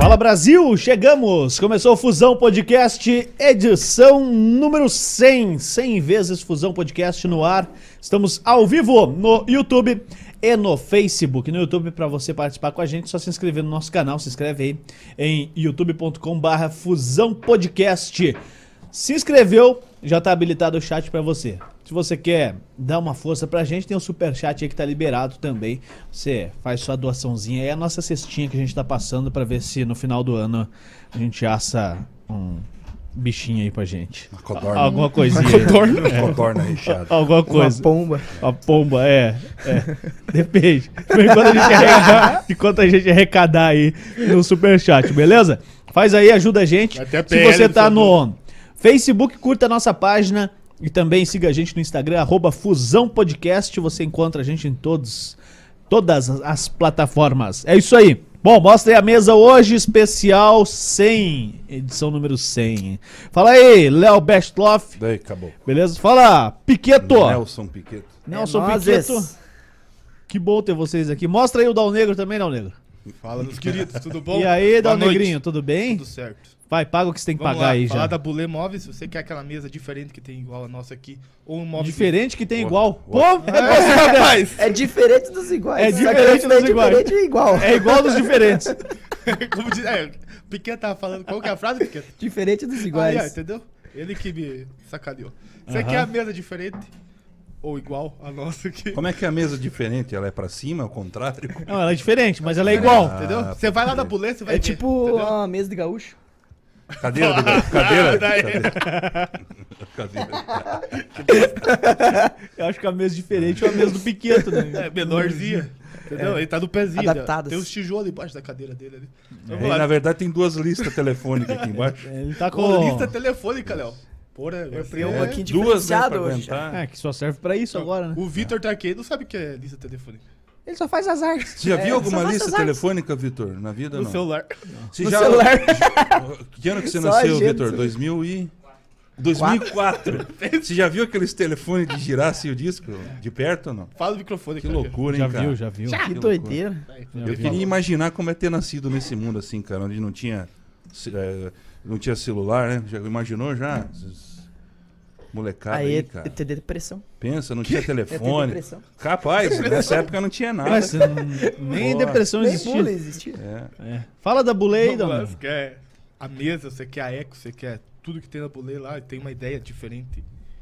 Fala Brasil, chegamos! Começou o Fusão Podcast, edição número 100. 100 vezes Fusão Podcast no ar. Estamos ao vivo no YouTube e no Facebook. No YouTube, para você participar com a gente, é só se inscrever no nosso canal. Se inscreve aí em youtube.com/Fusão Podcast. Se inscreveu, já tá habilitado o chat para você. Se você quer dar uma força pra gente, tem o superchat aí que tá liberado também. Você faz sua doaçãozinha. É a nossa cestinha que a gente tá passando pra ver se no final do ano a gente assa um bichinho aí pra gente. Uma codorna. Alguma coisinha. Codorna? É. Codorna recheada. Alguma coisa. Uma pomba. Uma pomba, é. Depende. Enquanto a gente arrecadar aí no superchat, beleza? Faz aí, ajuda a gente. Se você tá no Facebook, curta a nossa página. E também siga a gente no Instagram, @Fusão Podcast. Você encontra a gente em todas as plataformas. É isso aí. Bom, mostra aí a mesa hoje, especial 100, edição número 100. Fala aí, Léo Bestloff. Daí, acabou. Beleza? Fala, Piqueto. Nelson Piqueto. Nelson Piqueto. Que bom ter vocês aqui. Mostra aí o Dal Negro também, Dal Negro. Fala, meus queridos, tudo bom? E aí, Dal Boa Negrinho, noite. tudo bem? Tudo certo. Vai, paga o que você tem que Vamos pagar lá, aí falar já. da Bulê Móveis, se você quer aquela mesa diferente que tem igual a nossa aqui, ou um móvel... Diferente que tem Boa. igual. Boa. Pô, é Rapaz! É diferente dos iguais. É Só que diferente dos é iguais. diferente e igual. É igual dos diferentes. Como diz... Piquet tava falando... Qual que é a frase, Piquet? Diferente dos Aí, ó, iguais. entendeu? Ele que me sacaneou. Você Aham. quer a mesa diferente ou igual a nossa aqui? Como é que é a mesa diferente? Ela é pra cima, ao contrário? Não, ela é diferente, mas ela é igual. Entendeu? Ah, Você vai lá pode na crer. Bulê, você vai É ver, tipo entendeu? uma mesa de gaúcho. Cadeira? Cadeira? Daí. Eu acho que a mesa diferente é a mesa do Piqueto, né? É, menorzinha. Entendeu? Ele tá no pezinho. Adaptadas. Tem uns tijolos embaixo da cadeira dele ali. Vamos Aí, lá. na verdade, tem duas listas telefônicas aqui embaixo. Ele tá Com com... lista telefônica, Léo. Porra, você um é... pouquinho Duas, né, diferenciado pra hoje. aguentar. É, que só serve pra isso agora, né? O Vitor tá aqui, ele não sabe o que é lista telefônica. Ele só faz as artes. Você já viu alguma só lista essas artes. telefônica, Vitor? Na vida, No não? celular. Você No já... celular. Que ano que você Só nasceu, a gente. Vitor? 2004. Você já viu aqueles telefones de girar assim, o disco? De perto ou não? Fala o microfone Que aqui. loucura, hein, Já cara? viu, já viu. Que doideira. Eu queria imaginar como é ter nascido nesse mundo assim, cara, onde não tinha celular, né? Já imaginou já? Esses molecada aí, Aí cara. é ter depressão. Pensa, não tinha É ter telefone. depressão. Capaz, nessa época não tinha nada. Mas nem Boa. depressão Nem existia. bullying existia. É. Fala da Bulei, Vamos lá, Dom. você quer a mesa, você quer a eco, você quer tudo que tem na Bulê lá, tem uma ideia diferente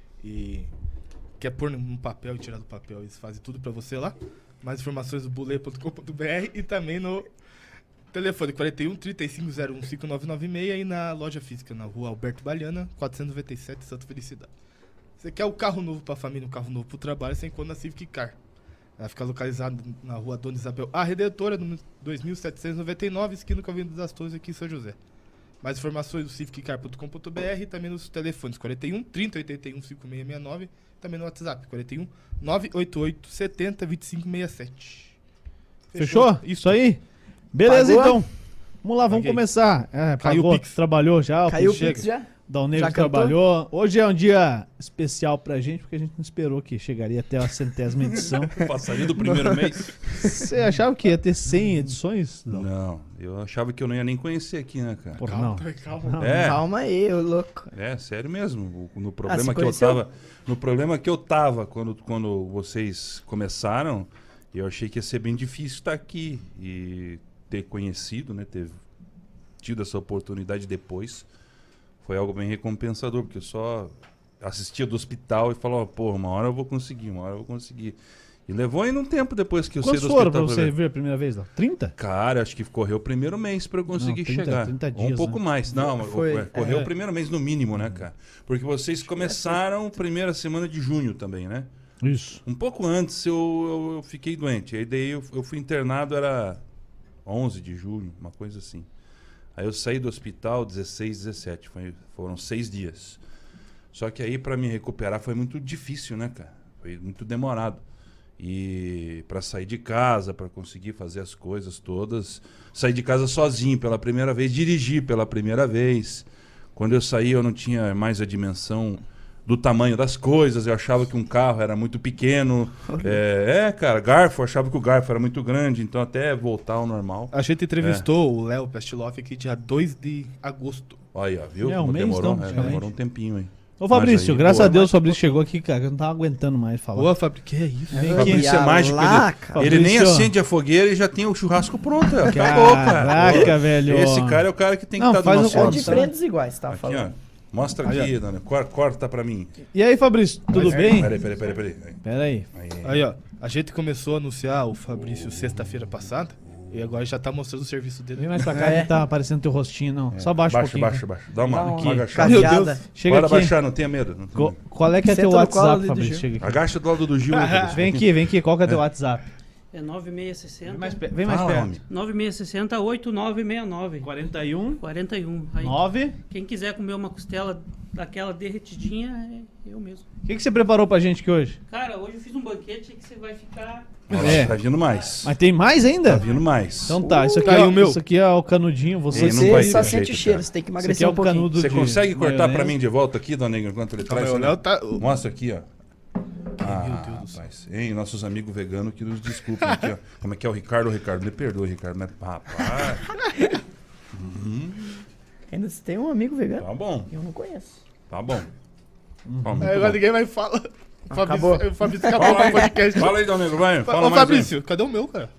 e quer pôr num papel e tirar do papel, eles fazem tudo pra você lá. Mais informações do bulê.com.br e também no telefone 41 3501 5996 e na loja física na rua Alberto Baliana, 497, Santa Felicidade. Você quer o carro novo pra família, um carro novo pro trabalho, você encontra na Civic Car. Ela fica localizada na rua Dona Isabel A Redentora, número 2799, esquina com a Avenida das Torres, aqui em São José. Mais informações do civiccar.com.br e também nos telefones 41 30 81 5669, também no WhatsApp 41 988 70 25 67. Fechou? Isso aí? Beleza, Pagou? então. Vamos lá, vamos Paguei. começar. Caiu o Pagou, Pix. trabalhou já. Caiu o Pix Pix chega. já? Dal Negro Já cantou? trabalhou. Hoje é um dia especial pra gente, porque a gente não esperou que chegaria até a 100ª edição. Passaria do primeiro mês? Você achava que ia ter 100 edições? Não, eu achava que eu não ia nem conhecer aqui, né, cara? Porra, não. Calma. Não. É. Calma aí, ô louco. É, sério mesmo. No você problema que eu conheceu? tava. No problema que eu tava quando vocês começaram, eu achei que ia ser bem difícil estar aqui e ter conhecido, né? Ter tido essa oportunidade depois. Foi algo bem recompensador, porque eu só assistia do hospital e falava, pô, uma hora eu vou conseguir, uma hora eu vou conseguir. E levou ainda um tempo depois que eu saí Quantos do foram hospital. pra você ver a primeira vez? Não? 30? Cara, acho que correu o primeiro mês pra eu conseguir 30 chegar. 30 Ou dias, um pouco né? mais. Não, Foi, correu é. o primeiro mês no mínimo, né, cara? Porque vocês começaram primeira semana de junho também, né? Isso. Um pouco antes eu fiquei doente. Aí daí eu fui internado, era 11 de julho, uma coisa assim. Aí eu saí do hospital 16, 17. Foram 6 dias. Só que aí pra me recuperar foi muito difícil, né, cara? Foi muito demorado. E para sair de casa, para conseguir fazer as coisas todas, saí de casa sozinho pela primeira vez, dirigi pela primeira vez. Quando eu saí eu não tinha mais a dimensão do tamanho das coisas, eu achava que um carro era muito pequeno. Cara, garfo, eu achava que o garfo era muito grande, então até voltar ao normal. A gente entrevistou o Léo Pestiloff aqui dia 2 de agosto. Olha, viu? É, um mês, demorou, então, praticamente. demorou um tempinho aí. Ô, Fabrício, Mas aí, graças boa. a Deus o Fabrício chegou aqui, cara, que eu não tava aguentando mais falar. Ô, Fabrício, que é isso? Vem O aqui. Fabrício é mágico, cara. ele nem Fabrício. acende a fogueira e já tem o churrasco pronto. Acabou, cara. Caraca, velho. Esse cara é o cara que tem que Não, estar do faz nosso o É lado. de Sabe? frentes iguais, tá Aqui, falando. ó. Mostra aqui, dona. Corta pra mim. E aí, Fabrício, tudo bem? Peraí. Pera aí. Aí, ó, a gente começou a anunciar o Fabrício sexta-feira passada e agora já tá mostrando o serviço dele. Vem mais pra cá que tá aparecendo teu rostinho, não. Só baixa um pouquinho. Baixa. Dá uma, Dá uma agachada. Meu cadeada. Deus. Chega Pode aqui. abaixar, não tenha medo. Não tenha medo. Qual é que é Senta teu no colo ali WhatsApp, do Fabrício? Gil. Chega aqui. Agacha do lado do Gil. Fabrício. Vem aqui. Qual que é teu WhatsApp? É 9660. Vem mais Fala, perto. homem. 9660 8969. 41 41. Aí, 9. quem quiser comer uma costela daquela derretidinha, é eu mesmo. O que você preparou pra gente aqui hoje? Cara, hoje eu fiz um banquete que você vai ficar. Olha lá, É. Tá vindo mais. Mas tem mais Tá ainda? vindo mais. Então tá, isso aqui, Tá aí é, o meu. isso aqui é o canudinho. Você, Não vai Você só ter sente jeito, o cheiro, cara. você tem que Isso aqui emagrecer é um o pouquinho. canudo Você de consegue cortar pra maionese. mim de volta aqui, dona Negra, enquanto ele traz? Calma aí, o Léo tá... Mostra aqui, ó. Meu Deus do céu. Rapaz. Hein, nossos amigos veganos que nos desculpem aqui, ó. Como é que é o Ricardo? Me perdoa, Ricardo. Mas, rapaz, Ainda você tem um amigo vegano? tá bom, Eu não conheço. tá bom. Ó, muito Aí agora bom. ninguém vai falar. O Acabou. Fabrício acabou com o podcast. Fala aí, dona Negra, vai. Fala Ô, mais Fabrício, cadê o meu, cara?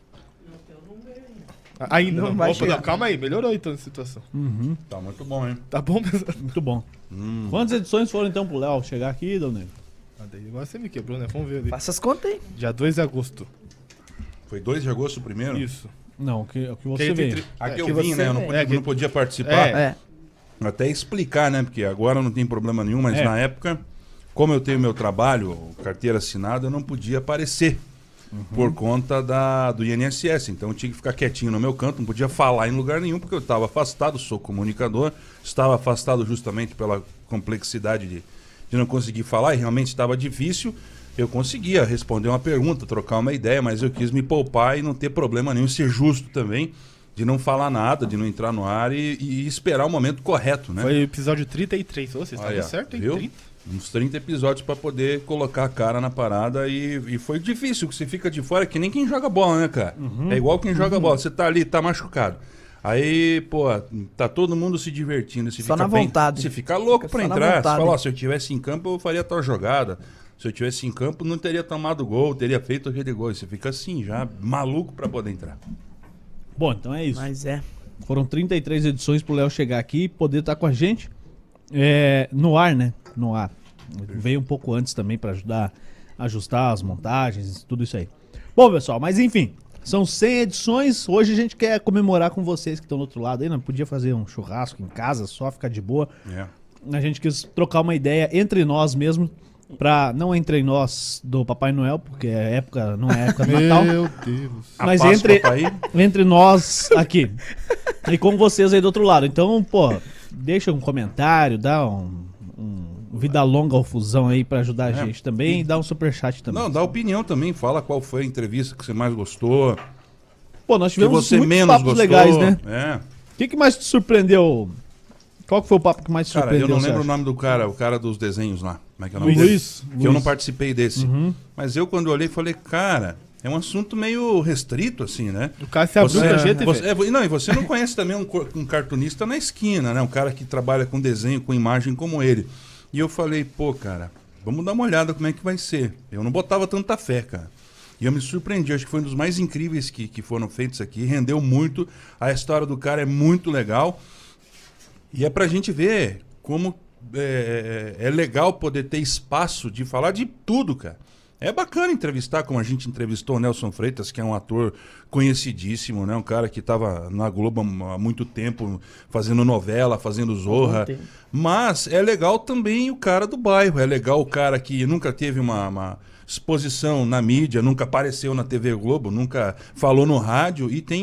Ainda Não não. vai Opa, chegar. não, calma aí, melhorou então a situação. aí. Tá muito bom, hein? Tá bom mesmo? Muito bom. Quantas edições foram então pro Léo chegar aqui, Dona Negra? Agora você me quebrou, né? Vamos ver ali. Faça as contas aí. Dia 2 de agosto. Foi 2 de agosto primeiro? Isso. Não, o que Que você aí tem veio. tri- Aqui é, eu que vim, você né? Eu não vem. podia, É, que- não podia participar. É. Até explicar, né? Porque agora não tem problema nenhum, mas É. na época, como eu tenho meu trabalho, carteira assinada, eu não podia aparecer por conta do INSS. Então eu tinha que ficar quietinho no meu canto, não podia falar em lugar nenhum, porque eu estava afastado, sou comunicador, estava afastado justamente pela complexidade de não conseguir falar, e realmente estava difícil. Eu conseguia responder uma pergunta, trocar uma ideia, mas eu quis me poupar e não ter problema nenhum, ser justo também, de não falar nada, de não entrar no ar e esperar o momento correto, né? Foi o episódio 33. Ô, vocês Olha, estavam certo, hein? viu? 30. Uns 30 episódios para poder colocar a cara na parada e foi difícil, que você fica de fora, que nem quem joga bola, né, cara? É igual quem joga bola, você tá ali, tá machucado. Aí, pô, tá todo mundo se divertindo, você Só fica na vontade. você fica louco Fica pra só na entrar. Você vontade. fala, ó, se eu tivesse em campo, eu faria tal jogada. Se eu tivesse em campo, não teria tomado gol, teria feito aquele gol. E você fica assim, já maluco pra poder entrar. Bom, então é isso. Mas é. Foram 33 edições pro Léo chegar aqui e poder estar com a gente no ar, né? No ar. Veio um pouco antes também pra ajudar a ajustar as montagens, tudo isso aí. Bom, pessoal, mas enfim, são 100 edições. Hoje a gente quer comemorar com vocês que estão do outro lado aí. Não podia fazer um churrasco em casa, só ficar de boa. É. A gente quis trocar uma ideia entre nós mesmo, não entre nós do Papai Noel, porque não é época do Natal. Meu Deus. Mas A entre, Páscoa tá aí? entre nós aqui e com vocês aí do outro lado. Então, pô, deixa um comentário, dá um vida longa ao Fusão aí pra ajudar a gente também e dá um superchat também. Não, dá opinião também, fala qual foi a entrevista que você mais gostou, Pô, nós que tivemos você muitos menos papos gostou. legais, né? É. O que mais te surpreendeu? Qual que foi o papo que mais te Cara, surpreendeu? eu não você lembro o acha? nome do cara, o cara dos desenhos lá. Como é que é o nome Luiz. dele? Luiz. Que eu não participei desse. Mas eu, quando olhei, falei, cara, é um assunto meio restrito, assim, né? O cara se abriu pra gente, velho. Não, e você não conhece também um cartunista na esquina, né? Um cara que trabalha com desenho, com imagem como ele. E eu falei, pô, cara, vamos dar uma olhada como é que vai ser. Eu não botava tanta fé, cara. E eu me surpreendi, acho que foi um dos mais incríveis que foram feitos aqui. Rendeu muito, a história do cara é muito legal. E é pra gente ver como é legal poder ter espaço de falar de tudo, cara. É bacana entrevistar, como a gente entrevistou o Nelson Freitas, que é um ator conhecidíssimo, né? Um cara que estava na Globo há muito tempo, fazendo novela, fazendo Zorra. tempo. Mas é legal também o cara do bairro, é legal o cara que nunca teve uma exposição na mídia, nunca apareceu na TV Globo, nunca falou no rádio e tem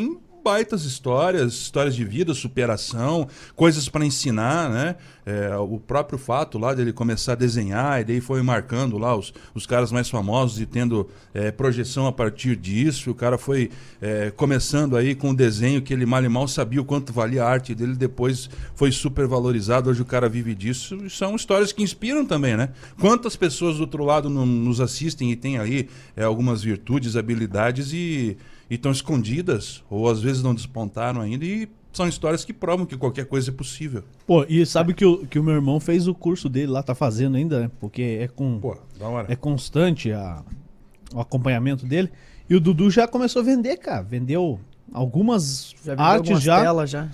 baitas histórias de vida, superação, coisas para ensinar, né? O próprio fato lá dele começar a desenhar, e daí foi marcando lá os caras mais famosos e tendo projeção a partir disso. O cara foi começando aí com um desenho que ele mal e mal sabia o quanto valia a arte dele, depois foi super valorizado, hoje o cara vive disso. E são histórias que inspiram também, né? Quantas pessoas do outro lado nos assistem e têm aí algumas virtudes, habilidades e estão escondidas, ou às vezes não despontaram ainda, e são histórias que provam que qualquer coisa é possível. Pô, e sabe que o meu irmão fez o curso dele lá, tá fazendo ainda, né? Porque Da hora. é constante o acompanhamento dele. E o Dudu já começou a vender, cara. Vendeu algumas Já viu artes algumas já. telas já.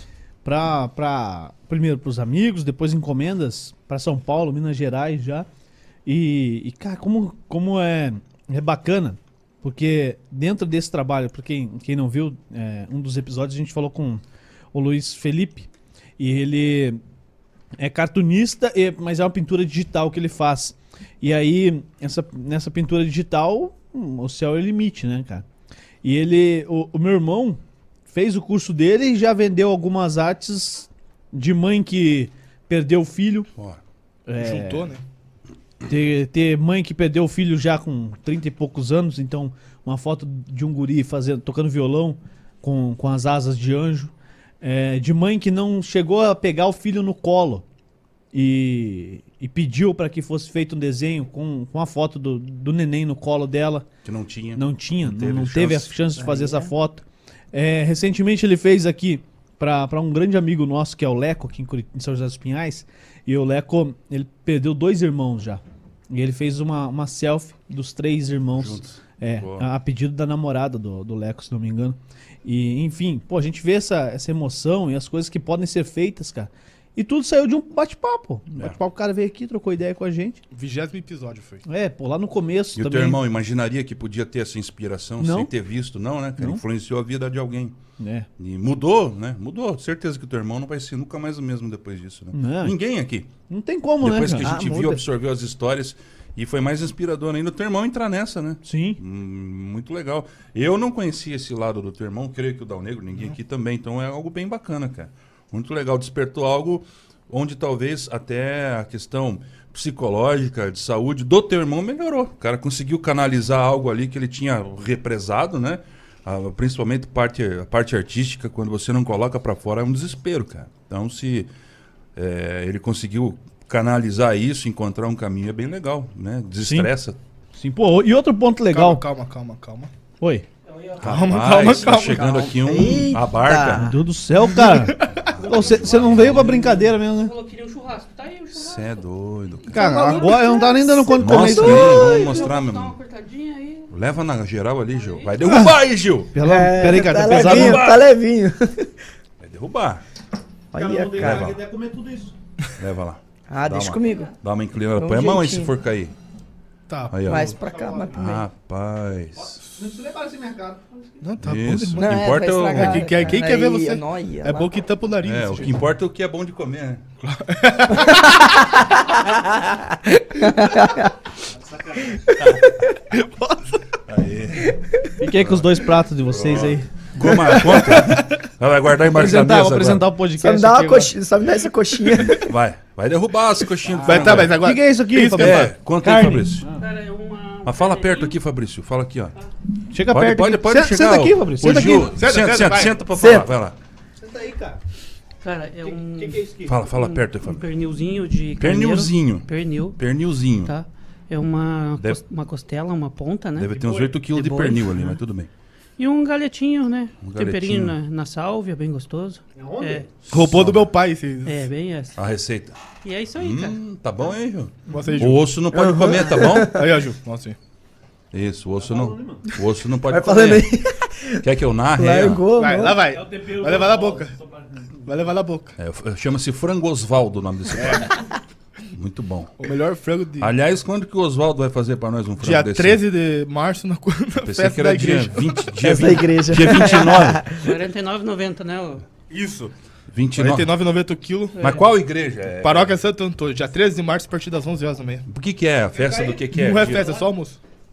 Primeiro pros amigos, depois encomendas pra São Paulo, Minas Gerais já. E cara, como é bacana. Porque dentro desse trabalho, pra quem não viu, um dos episódios a gente falou com o Luiz Felipe, e ele é cartunista, mas é uma pintura digital que ele faz. E aí, nessa pintura digital, o céu é o limite, né, cara? E o meu irmão fez o curso dele e já vendeu algumas artes de mãe que perdeu o filho. Juntou, né? Ter mãe que perdeu o filho já com 30 e poucos anos, então uma foto de um guri tocando violão com as asas de anjo. De mãe que não chegou a pegar o filho no colo e pediu para que fosse feito um desenho com a foto do neném no colo dela. Que não tinha. Não teve a chance de fazer essa foto. Recentemente ele fez aqui para um grande amigo nosso, que é o Leco, aqui em São José dos Pinhais. E o Leco, ele perdeu 2 irmãos já. E ele fez uma selfie dos 3 irmãos. Juntos. A pedido da namorada do Leco, se não me engano. E, enfim, pô, a gente vê essa emoção e as coisas que podem ser feitas, cara. E tudo saiu de um bate-papo. O cara veio aqui, trocou ideia com a gente. 20º episódio foi. Pô, lá no começo E também. o teu irmão imaginaria que podia ter essa inspiração Não. sem ter visto, não, né? Não. Influenciou a vida de alguém. É. E mudou, né? Mudou. Certeza que o teu irmão não vai ser nunca mais o mesmo depois disso, né? Não. Ninguém aqui. Não tem como, Depois né, que cara? a gente viu, absorveu as histórias e foi mais inspirador ainda o teu irmão entrar nessa, né? Sim. Muito legal. Eu não conhecia esse lado do teu irmão, creio que o Dal Negro, ninguém aqui também. Então é algo bem bacana, cara. Muito legal. Despertou algo onde talvez até a questão psicológica, de saúde do teu irmão melhorou. O cara conseguiu canalizar algo ali que ele tinha represado, né? Principalmente a parte artística, quando você não coloca pra fora, é um desespero, cara. Então, se ele conseguiu canalizar isso, encontrar um caminho, é bem legal, né? Desestressa. Sim, pô. E outro ponto legal. Calma. Oi. Rapaz, tá calma. chegando aqui a Eita. barca. Meu Deus do céu, cara. Você não veio pra brincadeira mesmo, Você né? falou que queria um churrasco. Tá aí o churrasco. Você é doido, cara. Cara, agora eu não tava nem dando conta de comer Mostra isso aí, aqui. vamos mostrar, meu Dá uma irmão. cortadinha aí. Leva na geral ali, Gil. Vai derrubar aí, Gil. Peraí, cara, tá pesado. levinho, tá levinho. Vai derrubar. Olha, cara. Leva. quer comer tudo isso. Leva lá. Deixa uma- comigo. Dá uma inclinada. Dá um Põe a mão aí se jeitinho. for cair. Tá. Aí, ó. Mais pra cá, mais pro meio. Rapaz. Não precisa levar esse mercado. Não, tá bom Isso. demais. O que importa é o- vai estragar. Quem quer ver Aí, você? nóia, É lá. bom que tampa o nariz. É, desse o que jeito. importa é o que é bom de comer, né? Aí. Fiquei com os 2 pratos de vocês aí. Coma a conta. Ela vai guardar embaixo da mesa Vou apresentar agora. o podcast. Só me dá aqui uma agora. coxinha, só me dá essa coxinha. Vai derrubar as coxinhas do Vai, frango tá, aí. mas O agora. que é isso aqui, Isso, Fabrício? Conta aí, Carne. Fabrício. Cara, é uma... Mas fala perto aqui, Fabrício. Fala aqui, ó. Chega Pode, perto. pode, aqui. pode Senta chegar. aqui, ó. Fabrício. O Senta Gil, aqui. Senta, vai. senta pra Senta. falar. Vai lá. Senta aí, cara. Cara, é um... Que é isso aqui? Fala perto aí, Um Fabrício. pernilzinho de carneiro. Pernilzinho. Pernil, Pernilzinho. tá? É uma, Deve- uma costela, uma ponta, né? Deve ter uns 8 quilos de boi. pernil ali, mas tudo bem. E um galetinho, né? Um Temperinho galetinho. na sálvia, bem gostoso. Onde? Roubou do meu pai. Esse... Bem essa. A receita. E é isso aí, cara. Tá bom aí, Gil? Mostra aí, O Ju. osso não pode comer, tá bom? Aí, ó, Ju. Mostra aí. Isso, o osso não pode Vai falando comer. aí. Quer que eu narre? aí, ó? Largou, Vai, mano. lá vai. Vai levar na boca. Vai levar na boca. Chama-se Frango Osvaldo o nome desse prato. Muito bom. O melhor frango de... Aliás, quando que o Osvaldo vai fazer pra nós um frango Dia desse? 13 de março na Pensei festa que era da igreja. dia 20, dia Festa da 20, igreja. dia 29. R$ 49,90, né? ô? Isso. 29. 49,90 o quilo. Mas qual igreja? Paróquia Santo Antônio. Dia 13 de março, a partir das 11 horas da manhã. O que é? A festa do que é? Não é Dia- festa, é só almoço.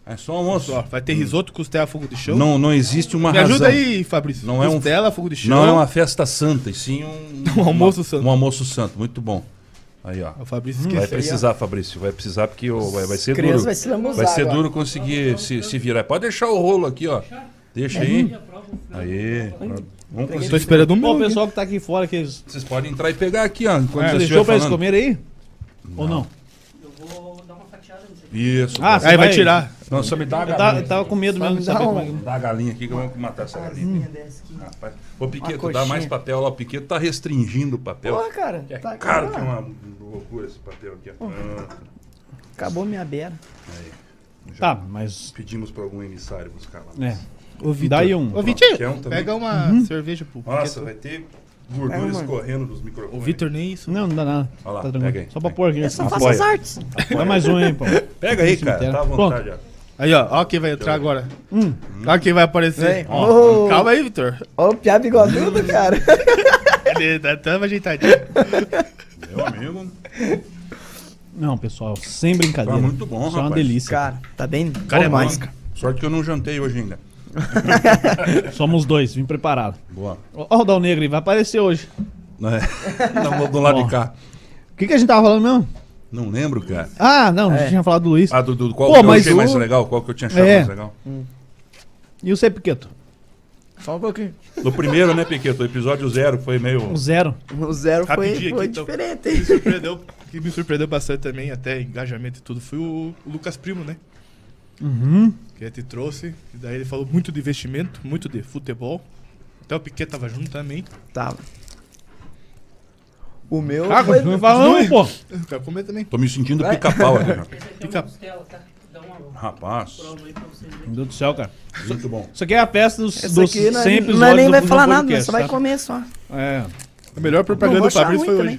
É só almoço. Só. Vai ter risoto, costela, fogo de chão. Não existe uma Me razão. ajuda aí, Fabrício. Não é um- Costela, fogo de chão. Não é uma festa santa, e sim Um almoço santo. Um almoço santo, muito bom. Aí, ó. O Fabrício Vai esqueceu. precisar, Fabrício. Vai precisar porque vai ser Criança duro. vai se lambuzar Vai ser agora. duro conseguir se virar. Pode deixar o rolo aqui, ó. Deixa aí. Aí. Vamos Tô conseguir. esperando um Ó, o meu. pessoal que tá aqui fora, que eles... Vocês podem entrar e pegar aqui, ó. Enquanto Você vocês deixou pra estiver eles falando. comerem aí? Ou não? Eu vou dar uma fatiada nisso aqui. Isso. Ah, Ah, você Aí vai tirar. não, só me dá a Eu galinha. tava com medo mesmo de Só me saber dá como é que... Dá a galinha aqui que eu vou matar essa galinha. Rapaz. Ô, Piqueto, Uma dá mais coxinha. papel lá. O Piqueto tá restringindo o papel. Porra, cara. É Tá caro que é uma loucura esse papel aqui. Ó. Acabou minha beira. Tá, mas... Pedimos pra algum emissário buscar lá. É. Ô, Vitor. Daí um. Ô, Vitinho, Quer um também? pega uma Uhum. cerveja pro Nossa, Piqueto. vai ter gordura mano. escorrendo dos O microfones. Vitor nem isso. Não dá nada. Olha lá, Tá pega tranquilo. aí. Só pra pôr aqui. Eu só Apoia. faço as artes. Dá mais um aí, pô. Pega aí, cara. Cemitério. Tá à vontade, ó. Aí, ó quem vai entrar agora. Olha quem vai aparecer. Vem. Ó, Ô. calma aí, Vitor. Ó, o piá bigodudo, cara. Ele tá tão ajeitadinho. Meu amigo. Não, pessoal, sem brincadeira. Tá muito bom, Isso é uma rapaz. delícia. Cara, tá bem Cara, é demais, bom. cara. Sorte que eu não jantei hoje ainda. Somos dois, vim preparado. Boa. Ó, o Dal Negro aí, vai aparecer hoje. Do lado de cá. O que a gente tava falando mesmo? Não lembro, cara. Ah, não, a gente tinha falado do Luiz. Ah, do qual Pô, que eu mas achei o- mais legal? Qual que eu tinha achado É. mais legal? E o C Piqueto? Só um pouquinho. No primeiro, né, Piqueto? O episódio 0 foi meio... O zero. O zero Rapidinho foi aqui, então. diferente, Me hein? surpreendeu, o que me surpreendeu bastante também, até engajamento e tudo, foi o Lucas Primo, né? Uhum. Que a gente trouxe. E daí ele falou muito de investimento, muito de futebol. Até o Piquet tava junto também. Tava. O meu Ah, foi... continua falando, pô. Eu quero comer também. Tô me sentindo Vai. pica-pau aqui, né? Esse aqui é Fica- uma costela, tá? Dá uma Rapaz, prova aí pra vocês verem. Meu Deus do céu, cara. muito bom. Isso aqui é a festa dos, Essa dos aqui não, 100 é, episódios não é nem do vai Fusão falar nada, Podcast, só vai tá? comer só. É. A melhor propaganda Não vou do Fabrício achar foi ruim hoje.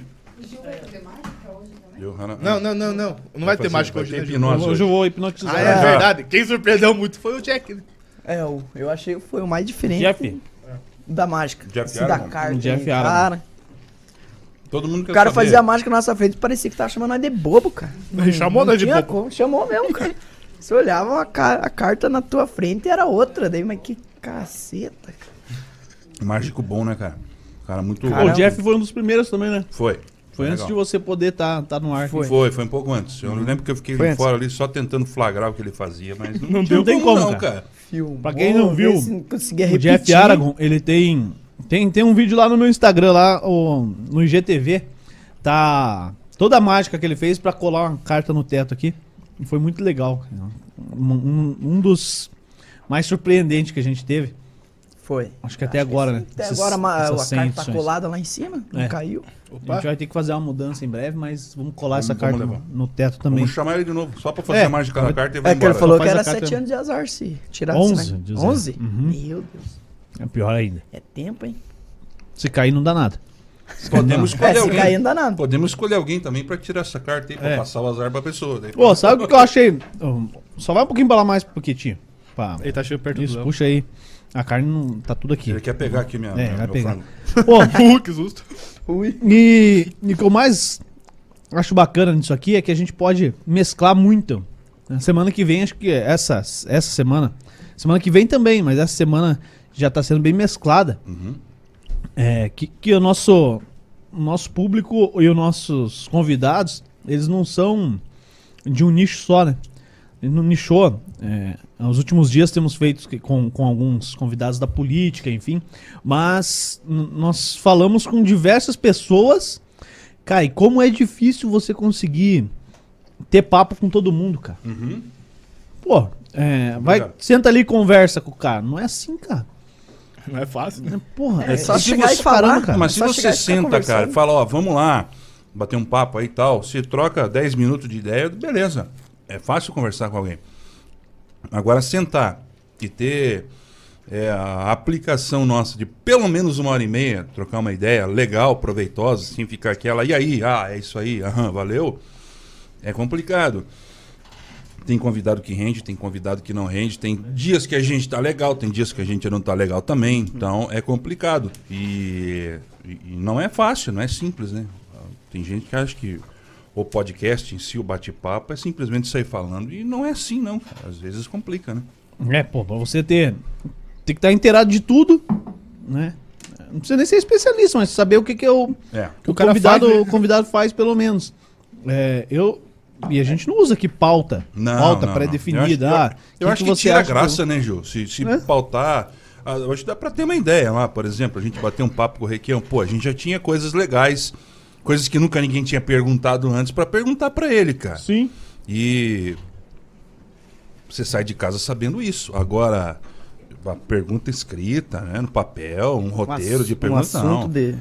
Viu, Hannah? Não, não, não, não. Não vai ter fazer- mágica vai hoje, ter né, Gil? hipnose. Hoje eu vou hipnotizar. Ah, é verdade. Quem surpreendeu muito foi o Jack. Né? É, eu achei que foi o mais diferente Jeff, da mágica. Jeff Esse da Aragon. carta. Jeff aí, Aragon. cara. Todo mundo quer O cara saber. fazia a mágica na nossa frente, parecia que tava chamando nós de bobo, cara. Ele chamou Não nós de tinha bobo. como, chamou mesmo, cara. Você olhava a carta na tua frente e era outra. Daí, mas que caceta, cara. Mágico bom, né, cara? Cara, muito... Pô, Caramba. o Jeff foi um dos primeiros também, né? Foi. Foi antes de legal. você poder tá no ar. Foi. Foi um pouco antes. Eu lembro que eu fiquei Foi antes. fora ali só tentando flagrar o que ele fazia, mas não, Não tinha tem como, não, cara. cara. Filmou, Pra quem não viu, vê se conseguia O repetir. Jeff Aragon, ele tem um vídeo lá no meu Instagram, lá no IGTV. Tá toda a mágica que ele fez pra colar uma carta no teto aqui. E foi muito legal. Um dos mais surpreendentes que a gente teve. Foi. Acho que até agora, né? Até Esses- agora a essas carta 100 tá edições. colada lá em cima, não É. caiu. A Opa. gente vai ter que fazer uma mudança em breve, mas vamos colar essa Vamos carta levar. no teto também. Vamos chamar ele de novo, só pra fazer É. a mágica na carta e vai É que ele embora. falou Só que faz era a carta- 7 anos de azar se tirasse, 11 né? de azar. 11? Uhum. Meu Deus. É pior ainda. É tempo, hein? Se cair, não dá nada. Podemos É, escolher se alguém. cair não dá nada. Podemos escolher alguém também pra tirar essa carta aí, pra É. passar o azar pra pessoa. Daí- Pô, sabe o que eu achei? Só vai um pouquinho pra lá mais pro Kitinho. Pá. Ele tá chegando perto Isso, do puxa aí. A carne não tá tudo aqui. Ele quer pegar aqui minha, É, vai meu pegar. frango. Pô, que susto. Ui. e o que eu mais acho bacana nisso aqui é que a gente pode mesclar muito. Na semana que vem, acho que essa semana. Semana que vem também, mas essa semana já tá sendo bem mesclada. Uhum. É, que o nosso público e os nossos convidados, eles não são de um nicho só, né? Ele não nichou. Nos últimos dias temos feito com alguns convidados da política, enfim. Mas nós falamos com diversas pessoas. Cara, e como é difícil você conseguir ter papo com todo mundo, cara. Uhum. Pô, vai, Obrigado. senta ali e conversa com o cara. Não é assim, cara. Não é fácil, né? Porra, É só se chegar você- e falar. caramba, cara. Mas se só você chegar e ficar senta, cara, conversando. e fala, ó, vamos lá, bater um papo aí e tal, se troca 10 minutos de ideia, beleza. É fácil conversar com alguém. Agora, sentar e ter a aplicação nossa de pelo menos 1h30, trocar uma ideia legal, proveitosa, sem ficar aquela, e aí? Ah, é isso aí, aham, valeu. É complicado. Tem convidado que rende, tem convidado que não rende, tem dias que a gente tá legal, tem dias que a gente não tá legal também, então é complicado. E não é fácil, não é simples, né? Tem gente que acha que o podcast em si, o bate-papo, é simplesmente sair falando. E não é assim, não, cara. Às vezes complica, né? Pô, pra você tem que estar inteirado de tudo, né? Não precisa nem ser especialista, mas saber o que o cara convidado, faz, né? o convidado faz, pelo menos. E a gente não usa aqui pauta Não. pré-definida. Eu acho que você tira acha graça, né, Ju? Se pautar... Eu acho que dá pra ter uma ideia lá. Por exemplo, a gente bater um papo com o Requião. Pô, a gente já tinha coisas legais, coisas que nunca ninguém tinha perguntado antes pra perguntar pra ele, cara. Sim. E você sai de casa sabendo isso. Agora, a pergunta escrita, né, no papel, um roteiro de pergunta, Um assunto não.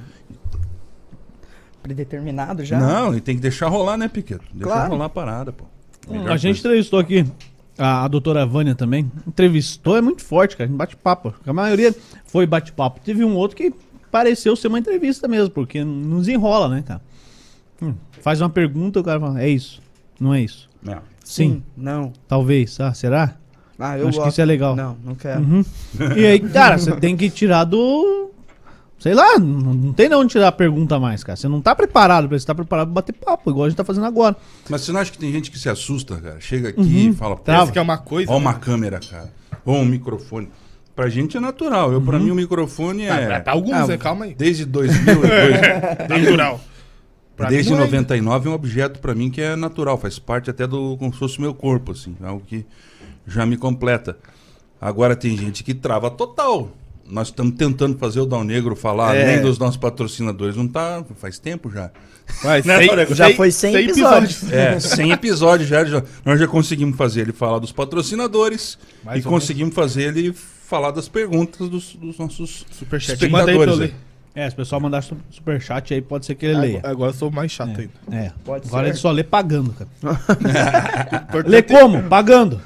predeterminado já. Não, e tem que deixar rolar, né, Piqueto? Deixar Claro. rolar a parada, pô. Melhor A gente coisa. entrevistou aqui a doutora Vânia também. Entrevistou, é muito forte, cara. A gente bate-papo. A maioria foi bate-papo. Teve um outro que pareceu ser uma entrevista mesmo, porque não desenrola, né, cara? Faz uma pergunta, o cara fala, é isso. Não é isso. Não. Sim. Não. Talvez. Ah, será? Eu Acho que gosto. isso é legal. Não quero. Uhum. E aí, cara, você tem que tirar do... Sei lá, não tem de onde tirar a pergunta mais, cara. Você não tá preparado pra isso, tá preparado pra bater papo, igual a gente tá fazendo agora. Mas você não acha que tem gente que se assusta, cara? Chega aqui e fala, pô, Trava. Parece que é uma coisa. ó uma né? câmera, cara. Ou um microfone. Pra gente é natural. Pra mim o microfone é... Pra alguns, né? Calma aí. Desde 2000, Natural. Pra desde mim não é. 99 é um objeto pra mim que é natural. Faz parte até do... Como se fosse o meu corpo, assim. Algo que já me completa. Agora tem gente que trava total. Nós estamos tentando fazer o Dal Negro falar além dos nossos patrocinadores. Não tá... Faz tempo já. Mas Né, Tórico? Já foi 100 episódios. 100 episódios já. Nós já conseguimos fazer ele falar dos patrocinadores Mais e ou conseguimos fazer ele falar das perguntas dos nossos Superchat. Manda aí pra eu espectadores. ler. Se o pessoal mandar superchat aí, pode ser que ele leia. Agora eu sou mais chato ainda. Pode Agora ser. ele só lê pagando, cara. Importante- Lê como? Pagando.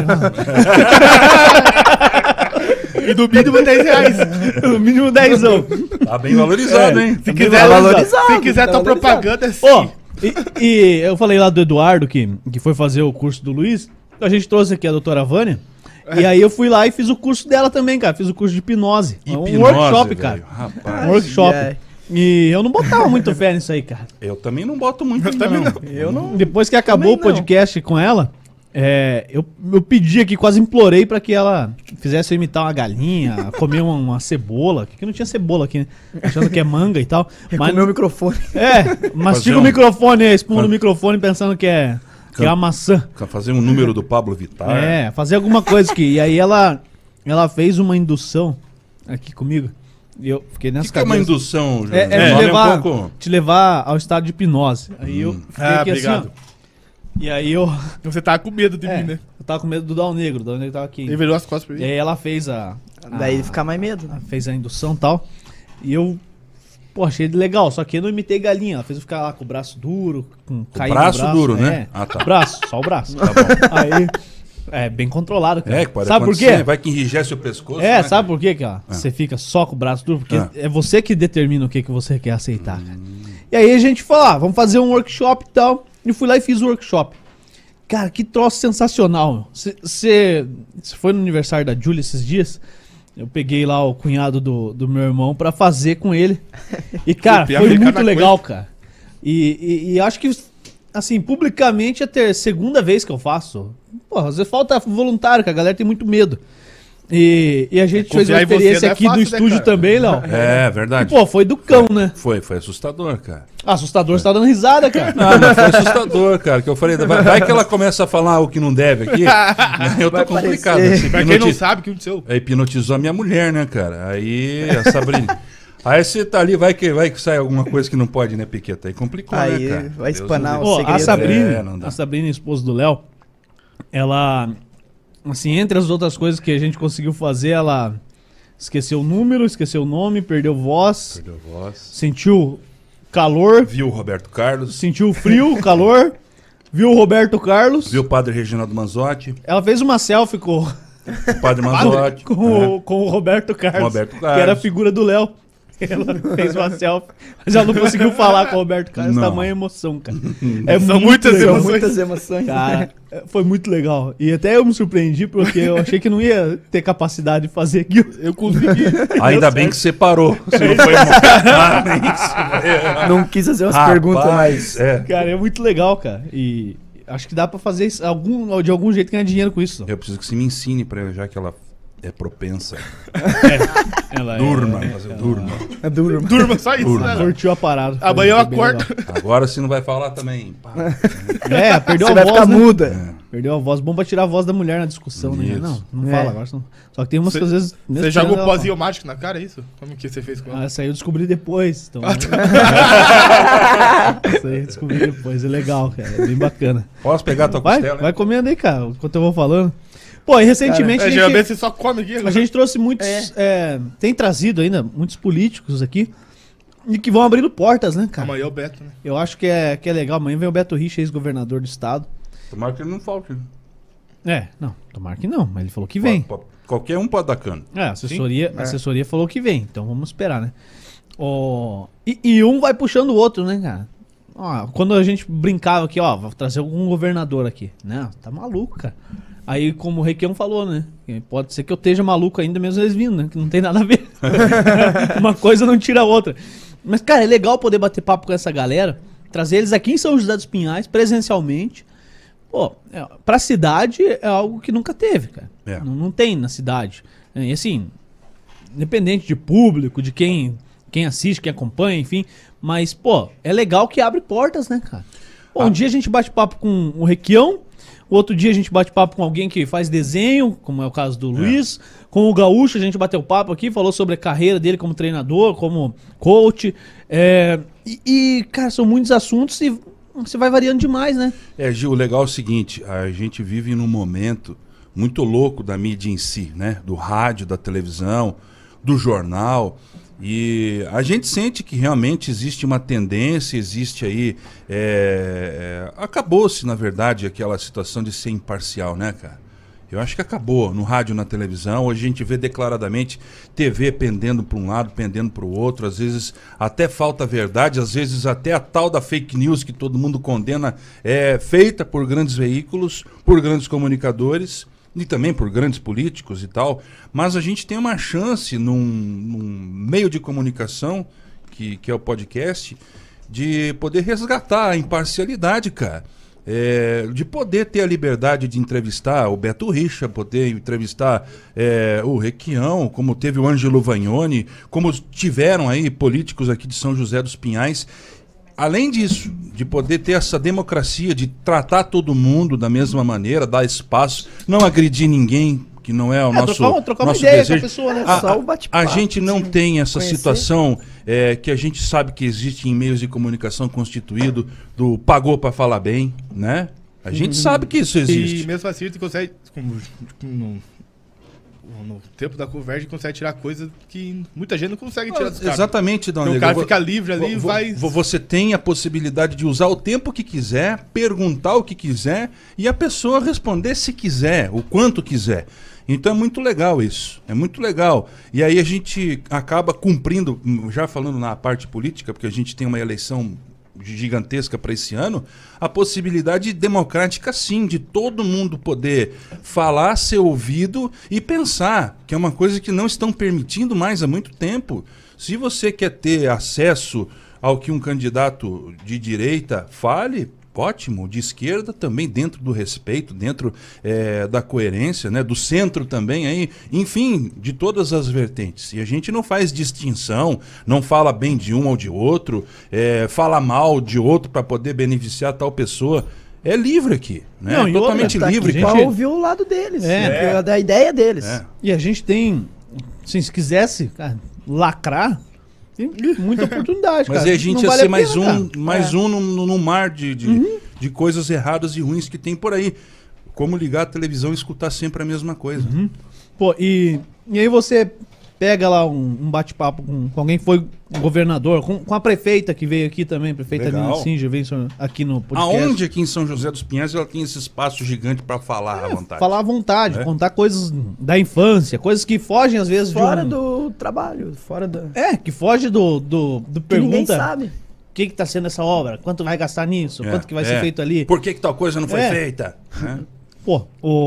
E do mínimo 10 reais. No mínimo 10. Tá bem valorizado, hein? Se bem quiser, valorizado, se quiser tá tua valorizado. propaganda, é sim. Ó, e eu falei lá do Eduardo, que foi fazer o curso do Luiz. A gente trouxe aqui a doutora Vânia. E aí eu fui lá e fiz o curso dela também, cara. Fiz o curso de hipnose. Hipnose, Um workshop, velho. cara. Rapaz, Um workshop. ai. E eu não botava muito fé nisso aí, cara. eu também não boto muito ainda, também não. Eu não. Depois que acabou o Também não. podcast com ela, eu pedi aqui, quase implorei pra que ela fizesse eu imitar uma galinha, comer uma cebola, que não tinha cebola aqui, né? Achando que é manga e tal. Mas, Comeu o microfone. mastiga Fazer o microfone, espuma no microfone pensando que é uma maçã. Fazer um número do Pablo Vittar. Fazer alguma coisa aqui. E aí ela fez uma indução aqui comigo. E eu fiquei O nessa que é uma indução, Júlio? É, O nome te levar ao estado de hipnose. Aí eu fiquei aqui obrigado. assim, ó. E aí eu Você tava com medo de mim, né? eu tava com medo do Dal Negro. O Dal Negro tava aqui. Ele virou as costas pra E mim. aí ela fez Daí fica mais medo. Né? fez a indução e tal. E eu, achei legal. Só que eu não imitei galinha. Ela fez eu ficar lá com o braço duro, com cair no braço duro, né? É. Ah, tá. Braço, só o braço. Tá bom. Aí, bem controlado, cara. É, que pode sabe por acontecer. quê? Vai que enrijece o pescoço. né, Sabe por quê, cara? Você fica só com o braço duro? Porque Ah. é você que determina o que você quer aceitar, cara. E aí a gente falou, vamos fazer um workshop e tal. E fui lá e fiz o workshop. Cara, que troço sensacional, meu. Você foi no aniversário da Júlia esses dias? Eu peguei lá o cunhado do meu irmão pra fazer com ele. E, cara, Copiar foi americana muito legal, cara. E acho que, assim, publicamente é a segunda vez que eu faço. Porra, às vezes falta voluntário, que a galera tem muito medo. E a gente fez uma confiar em você experiência não é aqui fácil, do né, estúdio cara? também, Léo. É, E, verdade. pô, foi do cão, né? Foi assustador, cara. Assustador, você tá dando risada, cara. Não, mas foi assustador, cara. Que eu falei, vai que ela começa a falar o que não deve aqui. Eu tô Vai complicado. parecer. Pra quem não sabe, o que aconteceu? Hipnotizou a minha mulher, né, cara? Aí a Sabrina. Aí você tá ali, vai que sai alguma coisa que não pode, né, Piqueta? Aí complicou, Aí né, cara? vai Deus espanar do o céu. Ó, segredo. não dá. a Sabrina, esposa do Léo, ela, assim, entre as outras coisas que a gente conseguiu fazer, ela esqueceu o número, esqueceu o nome, perdeu voz, Perdeu a voz. sentiu calor, Viu o Roberto Carlos. sentiu frio, calor, viu o Roberto Carlos. Viu o padre Reginaldo Manzotti. Ela fez uma selfie com O padre Manzotti. o Roberto Carlos, Roberto que era a Carlos. figura do Léo. Ela fez uma selfie, mas ela não conseguiu falar com o Roberto Carlos, Não. tamanha emoção, cara. São muitas legal. São muitas emoções. Cara, foi muito legal. E até eu me surpreendi, porque eu achei que não ia ter capacidade de fazer aquilo. Eu consegui. Ainda bem que você parou. Se não foi Não quis fazer umas perguntas mais. Cara, é muito legal, cara. E acho que dá pra fazer isso, de algum jeito ganhar dinheiro com isso. Eu preciso que você me ensine pra ela, já que ela é propensa. Ela Durma, durma. É duro. Durma, só isso, Durma. né? Léo? curtiu a parada. Amanhã eu Foi bem acordo. legal. Agora você não vai falar também. Pá. Perdeu Você a vai voz, ficar né? muda. Perdeu a voz. Bom pra tirar a voz da mulher na discussão, né? Isso. Não É. fala agora. Só que tem umas Você- que às vezes... mesmo Você jogou tirando, ela pozinho mágico na cara, é isso? Como que você fez com ela? essa aí eu descobri depois. Então, essa aí eu descobri depois. É legal, cara. É bem bacana. Posso pegar a tua costela? Vai comendo aí, cara, enquanto eu vou falando. Pô, e recentemente Geralmente você só come aqui. a gente trouxe muitos... tem trazido ainda muitos políticos aqui e que vão abrindo portas, né, cara? Amanhã é o Beto, né? Eu acho que é legal. Amanhã vem o Beto Richa, ex-governador do estado. Tomara que ele não falte. Não, tomara que não, mas ele falou que vem. Qualquer um pode dar cano. A assessoria falou que vem, então vamos esperar, né? E um vai puxando o outro, né, cara? Ó, quando a gente brincava aqui, ó, vou trazer algum governador aqui. Não, tá maluco, cara. Aí, como o Requião falou, né? Pode ser que eu esteja maluco ainda mesmo eles vindo, né? Que não tem nada a ver. Uma coisa não tira a outra. Mas, cara, é legal poder bater papo com essa galera, trazer eles aqui em São José dos Pinhais, presencialmente. Pô, pra cidade é algo que nunca teve, cara. Não tem na cidade. E assim, independente de público, de quem assiste, quem acompanha, enfim. Mas, pô, é legal que abre portas, né, cara? Pô, um dia a gente bate papo com o Requião, outro dia a gente bate papo com alguém que faz desenho, como é o caso do Luiz. Com o Gaúcho a gente bateu papo aqui, falou sobre a carreira dele como treinador, como coach. Cara, são muitos assuntos e você vai variando demais, né? Gil, o legal é o seguinte, a gente vive num momento muito louco da mídia em si, né? Do rádio, da televisão, do jornal. E a gente sente que realmente existe uma tendência, existe aí... acabou-se, na verdade, aquela situação de ser imparcial, né, cara? Eu acho que acabou no rádio, na televisão. Hoje a gente vê declaradamente TV pendendo para um lado, pendendo para o outro. Às vezes até falta verdade, às vezes até a tal da fake news que todo mundo condena é feita por grandes veículos, por grandes comunicadores e também por grandes políticos e tal. Mas a gente tem uma chance num meio de comunicação, que é o podcast, de poder resgatar a imparcialidade, cara. De poder ter a liberdade de entrevistar o Beto Richa, poder entrevistar o Requião, como teve o Ângelo Vagnoni, como tiveram aí políticos aqui de São José dos Pinhais. Além disso, de poder ter essa democracia, de tratar todo mundo da mesma maneira, dar espaço, não agredir ninguém, que não é o nosso trocar uma nosso ideia desejo. com a pessoa, né? Só o bate-papo, A gente não sim. tem essa Conhecer. situação que a gente sabe que existe em meios de comunicação constituído do pagou para falar bem, né? A gente sabe que isso E existe. mesmo assim, ele consegue, no tempo da conversa, consegue tirar coisas que muita gente não consegue tirar dos caras. Exatamente, Dona Então, o Nega. cara fica livre ali e vai... Você tem a possibilidade de usar o tempo que quiser, perguntar o que quiser e a pessoa responder se quiser, o quanto quiser. Então é muito legal isso, é muito legal. E aí a gente acaba cumprindo, já falando na parte política, porque a gente tem uma eleição gigantesca para esse ano, a possibilidade democrática sim, de todo mundo poder falar, ser ouvido e pensar, que é uma coisa que não estão permitindo mais há muito tempo. Se você quer ter acesso ao que um candidato de direita fale, ótimo, de esquerda também, dentro do respeito, dentro da coerência, né, do centro também, aí, enfim, de todas as vertentes. E a gente não faz distinção, não fala bem de um ou de outro, fala mal de outro para poder beneficiar tal pessoa. É livre aqui, né? Não, e totalmente outra, tá livre. aqui, Pra gente- ouvir o lado deles, É. da ideia deles. É. E a gente tem, assim, se quisesse, cara, lacrar, tem muita oportunidade, Mas cara. aí a gente Não ia vale ser a mais pena, um, cara. mais um no mar de coisas erradas e ruins que tem por aí. Como ligar a televisão e escutar sempre a mesma coisa. Pô, e aí você pega lá um bate-papo com alguém que foi governador, com a prefeita que veio aqui também, prefeita Legal. Nina Singer, veio aqui no podcast. Aonde aqui em São José dos Pinhais ela tem esse espaço gigante pra falar à vontade? Falar à vontade, É. contar coisas da infância, coisas que fogem às vezes Fora de do trabalho, fora da... que foge do Que ninguém pergunta sabe. o que tá sendo essa obra, quanto vai gastar nisso, quanto que vai ser feito ali. Por que tal coisa não foi É. feita? Né? Pô,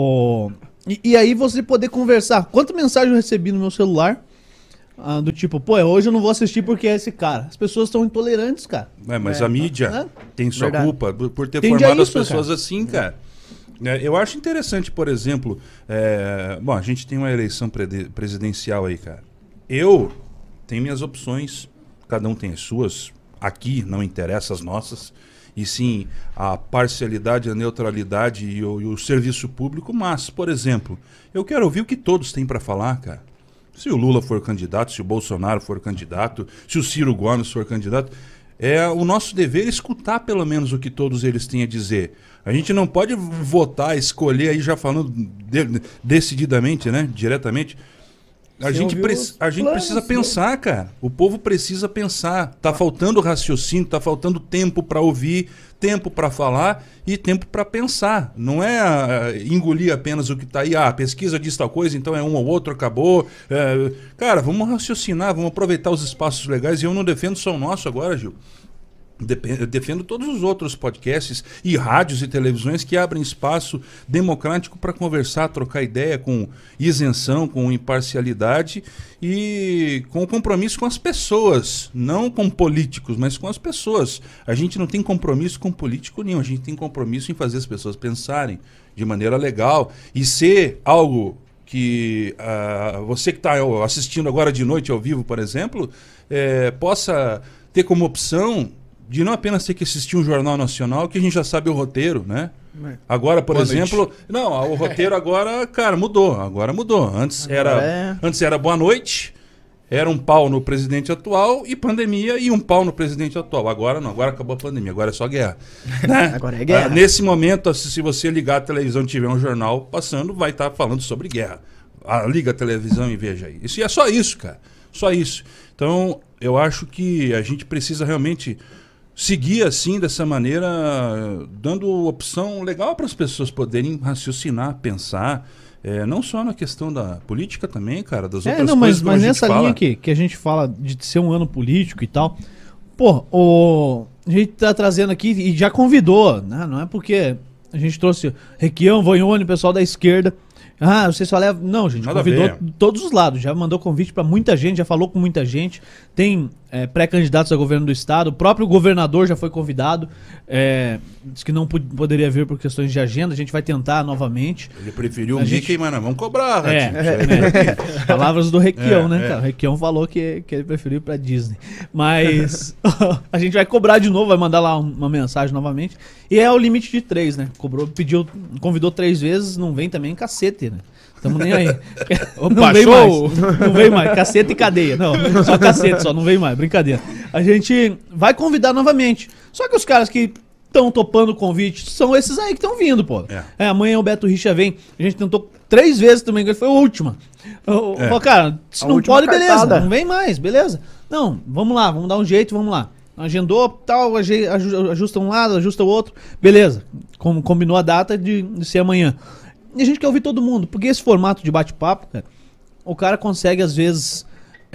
e aí você poder conversar. Quanta mensagem eu recebi no meu celular, do tipo, pô, hoje eu não vou assistir porque é esse cara. As pessoas estão intolerantes, cara. Mas a mídia tem sua Verdade. culpa por ter Tende formado a as isso, pessoas assim, cara. Eu acho interessante, por exemplo, bom, a gente tem uma eleição presidencial aí, cara. Eu tenho minhas opções, cada um tem as suas. Aqui não interessa as nossas. E sim a parcialidade, a neutralidade e o serviço público. Mas, por exemplo, eu quero ouvir o que todos têm para falar, cara. Se o Lula for candidato, se o Bolsonaro for candidato, se o Ciro Gomes for candidato, é o nosso dever escutar pelo menos o que todos eles têm a dizer. A gente não pode votar, escolher aí já falando decididamente, né, diretamente. A gente precisa pensar, cara. O povo precisa pensar. Tá faltando raciocínio, tá faltando tempo para ouvir, tempo para falar e tempo para pensar. Não é engolir apenas o que tá aí. A pesquisa diz tal coisa, então é um ou outro, acabou. Cara, vamos raciocinar, vamos aproveitar os espaços legais. E eu não defendo só o nosso agora, Gil. Eu defendo todos os outros podcasts e rádios e televisões que abrem espaço democrático para conversar, trocar ideia com isenção, com imparcialidade e com compromisso com as pessoas, não com políticos, mas com as pessoas. A gente não tem compromisso com político nenhum, a gente tem compromisso em fazer as pessoas pensarem de maneira legal e ser algo que você que está assistindo agora de noite ao vivo, por exemplo, possa ter como opção de não apenas ter que assistir um jornal nacional, que a gente já sabe o roteiro, né? Agora, por exemplo... Não, o roteiro agora, cara, mudou. Agora mudou. Antes era boa noite, era um pau no presidente atual e pandemia e um pau no presidente atual. Agora não, agora acabou a pandemia, agora é só guerra. Né? Agora é guerra. Nesse momento, se você ligar a televisão e tiver um jornal passando, vai estar falando sobre guerra. Liga a televisão e veja aí. Isso é só isso, cara. Só isso. Então, eu acho que a gente precisa realmente seguir assim, dessa maneira, dando opção legal para as pessoas poderem raciocinar, pensar, não só na questão da política também, cara, das outras coisas mas nessa linha que a gente fala de ser um ano político e tal, pô, a gente tá trazendo aqui e já convidou, né? Não é porque a gente trouxe Requião, Vanhone, pessoal da esquerda. Você só leva... Não, gente, Nada convidou a ver. todos os lados, já mandou convite pra muita gente, já falou com muita gente, tem pré-candidatos a governo do estado, o próprio governador já foi convidado, disse que não poderia vir por questões de agenda, a gente vai tentar novamente. Ele preferiu o A gente- Mickey, mas não, vamos cobrar, Ratinho. Palavras do Requião, né, É. cara? O Requião falou que ele preferiu ir pra Disney. Mas a gente vai cobrar de novo, vai mandar lá uma mensagem novamente. E é o limite de 3, né? Convidou 3 vezes, não vem também cacete, né? Tamo nem aí. Não vem show! mais. Não vem mais. Cacete e cadeia. Não, só cacete, só não vem mais. Brincadeira. A gente vai convidar novamente. Só que os caras que estão topando o convite são esses aí que estão vindo, pô. Amanhã o Beto Richa vem. A gente tentou 3 vezes também, que foi a última. Falei, cara, se A não última pode, beleza. cartada. Não vem mais, beleza. Não, vamos lá, vamos dar um jeito, vamos lá. Agendou, tal, ajusta um lado, ajusta o outro. Beleza. Combinou a data de ser amanhã. E a gente quer ouvir todo mundo, porque esse formato de bate-papo, cara, o cara consegue, às vezes,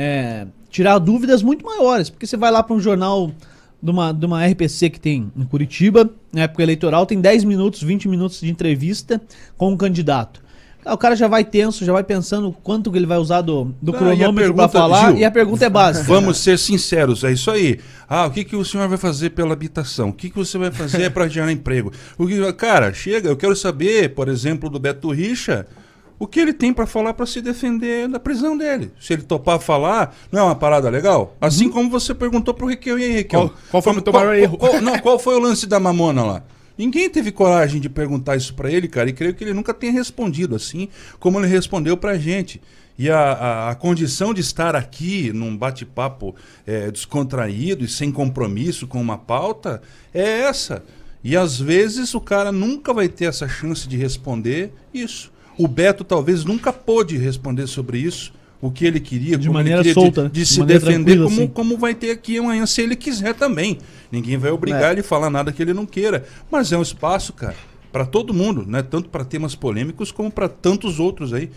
tirar dúvidas muito maiores. Porque você vai lá para um jornal de uma RPC que tem em Curitiba, na época eleitoral, tem 10 minutos, 20 minutos de entrevista com um candidato. O cara já vai tenso, já vai pensando quanto que ele vai usar do cronômetro para falar, Gil, e a pergunta é básica. Vamos ser sinceros, é isso aí. O que o senhor vai fazer pela habitação? O que você vai fazer para gerar emprego? Cara, chega, eu quero saber, por exemplo, do Beto Richa, o que ele tem para falar para se defender da prisão dele. Se ele topar falar, não é uma parada legal? Assim como você perguntou pro Requião, e aí, Requião? Qual foi o teu maior erro? Qual foi o lance da mamona lá? Ninguém teve coragem de perguntar isso pra ele, cara, e creio que ele nunca tenha respondido assim como ele respondeu pra gente. E a condição de estar aqui num bate-papo descontraído e sem compromisso com uma pauta é essa. E às vezes o cara nunca vai ter essa chance de responder isso. O Beto talvez nunca pôde responder sobre isso o que ele queria, De como maneira ele queria solta, né? de De se maneira defender, tranquila, como, assim. como vai ter aqui amanhã, se ele quiser também. Ninguém vai obrigar ele a falar nada que ele não queira. Mas é um espaço, cara, para todo mundo, né? Tanto para temas polêmicos como para tantos outros aí.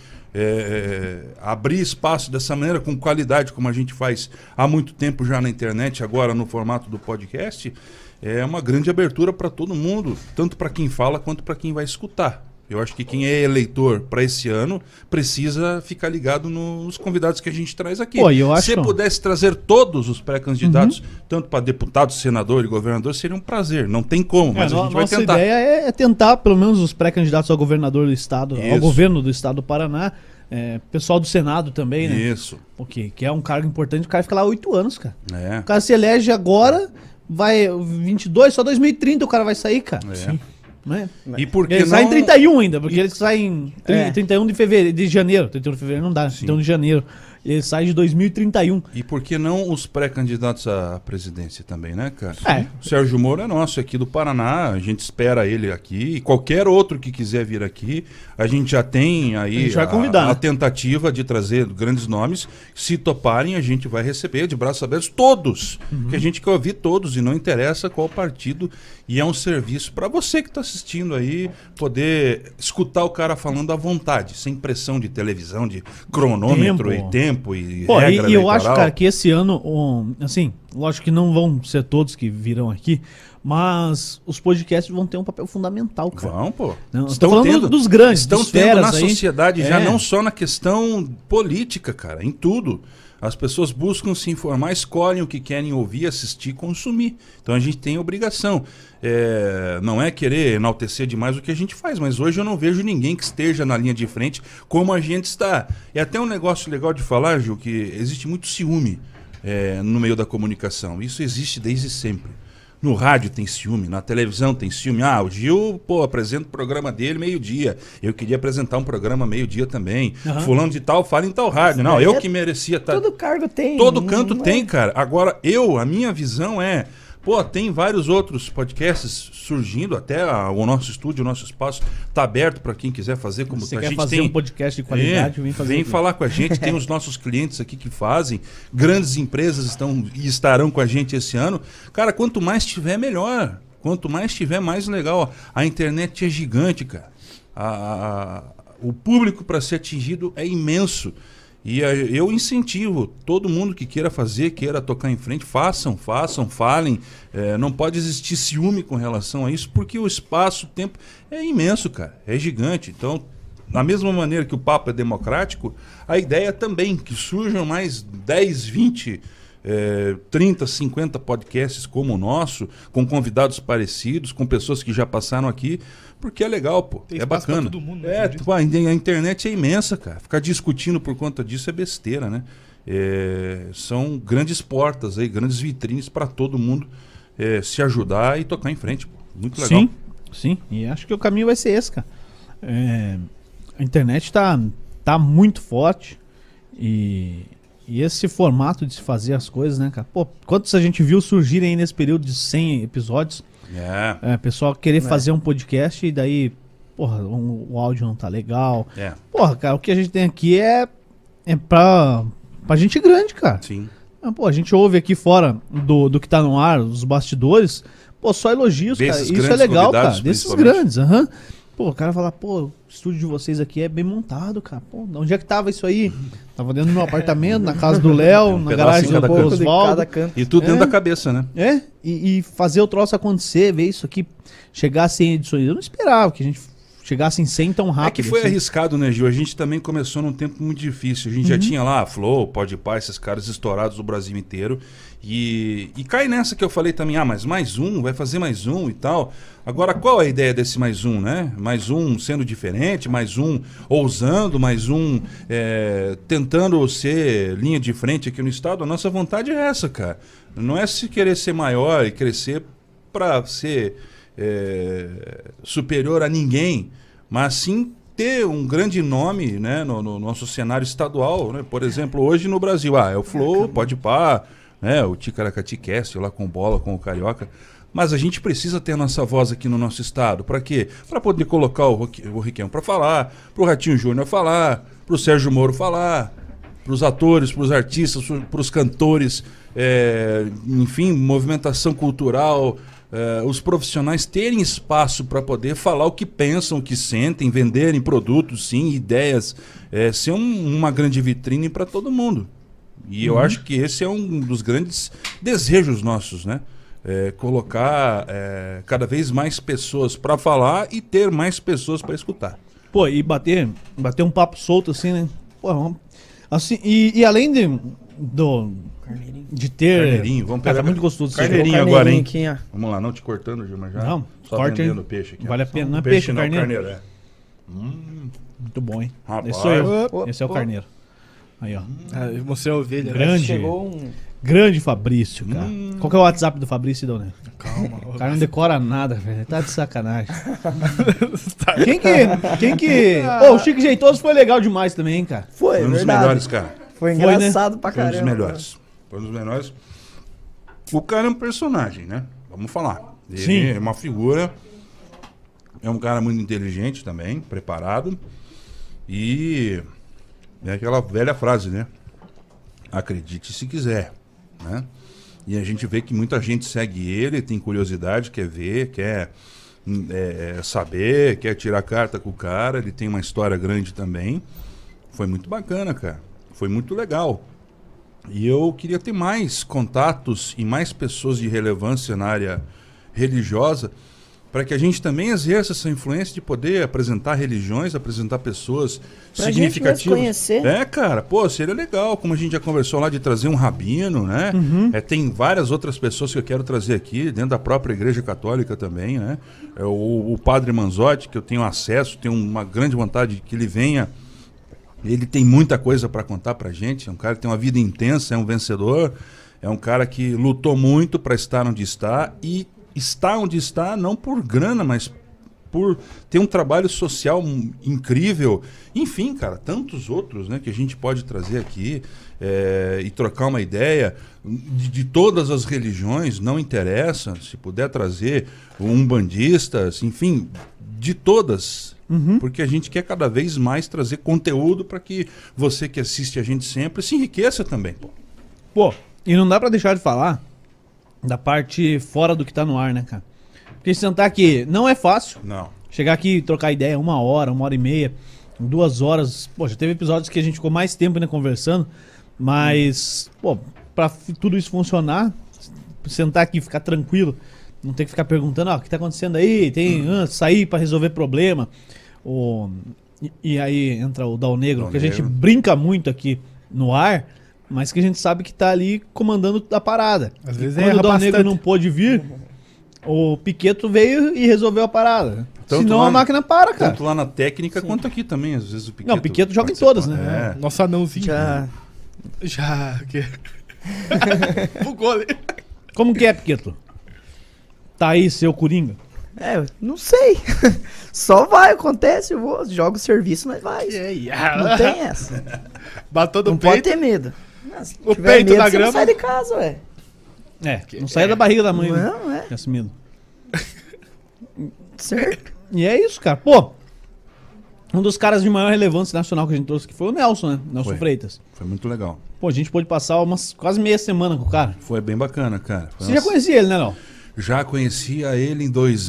Abrir espaço dessa maneira, com qualidade, como a gente faz há muito tempo já na internet, agora no formato do podcast, é uma grande abertura para todo mundo, tanto para quem fala quanto para quem vai escutar. Eu acho que quem é eleitor para esse ano precisa ficar ligado nos convidados que a gente traz aqui. Pô, eu acho- Se pudesse trazer todos os pré-candidatos, tanto para deputado, senador e governador, seria um prazer. Não tem como, mas a gente vai nossa tentar. ideia é tentar, pelo menos os pré-candidatos ao governador do estado, ao Isso. governo do estado do Paraná, pessoal do Senado também, né? Isso. Porque que é um cargo importante, o cara fica lá 8 anos, cara. É. O cara se elege agora, vai 22, só 2030 o cara vai sair, cara. É. Né? E por que Ele não... sai em 31 ainda, porque ele sai em 31 de janeiro. 31 de fevereiro não dá, Sim. 31 de janeiro. Ele sai de 2031. E por que não os pré-candidatos à presidência também, né, cara? É. O Sérgio Moro é nosso aqui do Paraná, a gente espera ele aqui, e qualquer outro que quiser vir aqui, a gente já tem aí A gente vai convidar, a né? tentativa de trazer grandes nomes. Se toparem, a gente vai receber de braços abertos todos, que a gente quer ouvir todos, e não interessa qual partido, e é um serviço para você que está assistindo aí, poder escutar o cara falando à vontade, sem pressão de televisão, de cronômetro Tempo. e tempo e Pô, regra e eu acho, eleitoral. cara, que esse ano, assim, lógico que não vão ser todos que virão aqui, mas os podcasts vão ter um papel fundamental, cara. Vão, pô. Não, eu tô falando dos grandes, Estão dos tendo feras na aí. sociedade já, É. não só na questão política, cara, em tudo. As pessoas buscam se informar, escolhem o que querem ouvir, assistir, consumir. Então a gente tem obrigação. Não é querer enaltecer demais o que a gente faz, mas hoje eu não vejo ninguém que esteja na linha de frente como a gente está. É até um negócio legal de falar, Gil, que existe muito ciúme no meio da comunicação. Isso existe desde sempre. No rádio tem ciúme, na televisão tem ciúme. Ah, o Gil, pô, apresenta o programa dele meio-dia. Eu queria apresentar um programa meio-dia também. Aham. Fulano de tal fala em tal rádio. Não, eu que merecia estar... Todo cargo tem. Todo canto não tem, cara. Agora, a minha visão é... Pô, tem vários outros podcasts surgindo, até o nosso estúdio, o nosso espaço tá aberto para quem quiser fazer, como Você a quer gente fazer tem. um podcast de qualidade, vem fazer. Vem aqui. falar com a gente, tem os nossos clientes aqui que fazem, grandes empresas estão e estarão com a gente esse ano. Cara, quanto mais tiver, melhor. Quanto mais tiver, mais legal. A internet é gigante, cara. O público para ser atingido é imenso. E eu incentivo todo mundo que queira fazer, queira tocar em frente, façam, falem. Não pode existir ciúme com relação a isso, porque o espaço, o tempo é imenso, cara. É gigante. Então, da mesma maneira que o papo é democrático, a ideia é também que surjam mais 10, 20, 30, 50 podcasts como o nosso, com convidados parecidos, com pessoas que já passaram aqui, porque é legal, pô. Tem É espaço pra bacana. todo mundo, né, como diz. Pô, a internet é imensa, cara. Ficar discutindo por conta disso é besteira, né? São grandes portas aí, grandes vitrines para todo mundo se ajudar e tocar em frente, pô. Muito legal. Sim, sim. E acho que o caminho vai ser esse, cara. A internet tá muito forte e esse formato de se fazer as coisas, né, cara? Pô, quantos a gente viu surgirem aí nesse período de 100 episódios? Pessoal querer fazer um podcast e daí, porra, o áudio não tá legal. Porra, cara, o que a gente tem aqui é pra gente grande, cara. Sim. Pô, a gente ouve aqui fora do que tá no ar, os bastidores, pô, só elogios, cara. Desses Isso é grandes legal, convidados, cara. Desses principalmente. grandes, aham. Pô, o cara fala, pô, o estúdio de vocês aqui é bem montado, cara. Pô, onde é que tava isso aí? Tava dentro do meu apartamento, na casa do Léo, na pedaço garagem em do cada canto. de Oswaldo. cada canto. E tudo dentro É. da cabeça, né? E fazer o troço acontecer, ver isso aqui chegar a 100 edições. Eu não esperava que a gente chegasse em 100 tão rápido. É que foi assim. arriscado, né, Gil? A gente também começou num tempo muito difícil. A gente já tinha lá a Flow, Podpah, esses caras estourados do Brasil inteiro. E cai nessa que eu falei também, mas mais um, vai fazer mais um e tal. Agora, qual é a ideia desse mais um, né? Mais um sendo diferente, mais um ousando, mais um tentando ser linha de frente aqui no estado. A nossa vontade é essa, cara. Não é se querer ser maior e crescer para ser superior a ninguém, mas sim ter um grande nome, né, no nosso cenário estadual, né? Por exemplo, hoje no Brasil, é o Flow, Podpah, né, o Ticaracati Cast lá com bola, com o Carioca. Mas a gente precisa ter a nossa voz aqui no nosso estado. Para quê? Para poder colocar o Riquelme para falar, pro Ratinho Júnior falar, pro Sérgio Moro falar. pros atores, pros artistas, pros cantores, enfim, movimentação cultural, os profissionais terem espaço para poder falar o que pensam, o que sentem, venderem produtos, sim, ideias, ser uma grande vitrine para todo mundo. E eu acho que esse é um dos grandes desejos nossos, né? Colocar cada vez mais pessoas para falar e ter mais pessoas para escutar. Pô, e bater um papo solto assim, né? Pô, assim, e além de ter... Carneirinho, vamos pegar... tá muito gostoso. Carneirinho Chegou o agora, hein? aqui, ó. Vamos lá, não te cortando, Gil, mas já Não, só corta, hein? vendendo peixe aqui. ó. Vale a pena. Não é Peixe peixe, não, carneiro? carneiro, Muito bom, hein? Rapaz. Esse sou eu. Opa, Esse é o opa. carneiro. Aí, ó. Eu mostrei a ovelha. Grande. Chegou um... Grande Fabrício, cara. Qual que é o WhatsApp do Fabrício, Dona? Calma. O cara não decora nada, velho. Tá de sacanagem. Quem que... Pô, o Chico Jeitoso foi legal demais também, hein, cara. Foi, Foi um dos verdade. melhores, cara. Foi Foi, né? engraçado pra Foi um caramba. dos melhores. Foi um dos melhores. O cara é um personagem, né? Vamos falar. Ele Sim. é uma figura. É um cara muito inteligente também, preparado. E é aquela velha frase, né? Acredite se quiser, né? E a gente vê que muita gente segue ele, tem curiosidade, quer ver, quer saber, quer tirar carta com o cara. Ele tem uma história grande também. Foi muito bacana, cara. Foi muito legal. E eu queria ter mais contatos e mais pessoas de relevância na área religiosa para que a gente também exerça essa influência de poder apresentar religiões, apresentar pessoas Pra gente significativas. mesmo conhecer. Cara, pô, seria legal, como a gente já conversou lá, de trazer um rabino, né? Tem várias outras pessoas que eu quero trazer aqui, dentro da própria Igreja Católica também, né? O Padre Manzotti, que eu tenho acesso, tenho uma grande vontade de que ele venha. Ele tem muita coisa para contar pra gente, é um cara que tem uma vida intensa, é um vencedor, é um cara que lutou muito para estar onde está, e está onde está não por grana, mas por ter um trabalho social incrível. Enfim, cara, tantos outros, né, que a gente pode trazer aqui e trocar uma ideia de todas as religiões, não interessa, se puder trazer umbandistas, enfim, de todas. Porque a gente quer cada vez mais trazer conteúdo para que você que assiste a gente sempre se enriqueça também. Pô, e não dá pra deixar de falar da parte fora do que tá no ar, né, cara? Porque sentar aqui não é fácil. Não. Chegar aqui e trocar ideia 1 hora e meia, 2 horas. Pô, já teve episódios que a gente ficou mais tempo ainda conversando. Mas, pô, pra tudo isso funcionar, sentar aqui e ficar tranquilo, não ter que ficar perguntando, ó, o que tá acontecendo aí? Tem sair pra resolver problema. E aí entra o Dal Negro, que a gente brinca muito aqui no ar, mas que a gente sabe que tá ali comandando a parada. Às E vezes quando erra o Dal Negro bastante. não pôde vir, o Piqueto veio e resolveu a parada. Tanto Senão lá- a máquina para, cara. Tanto lá na técnica quanto aqui também, às vezes o Piqueto... Não, o Piqueto joga em participa. todas, né? Nosso anãozinho. Já... Que... Bugou ali. Como que é, Piqueto? Tá aí, seu Coringa? Não sei. Só vai, acontece, eu vou, jogo o serviço, mas vai. Não tem essa. Bateu do Não pode peito. ter medo. Se O tiver peito medo, na você grama. não sai de casa, ué. Não sai da barriga da mãe, né? Não, é. Tem esse medo. Certo. E é isso, cara. Pô, um dos caras de maior relevância nacional que a gente trouxe aqui foi o Nelson, né? Nelson Foi. Freitas. Foi muito legal. Pô, a gente pôde passar umas quase meia semana com o cara. Foi bem bacana, cara. Foi Você já conhecia ele, né, não? Já conhecia ele em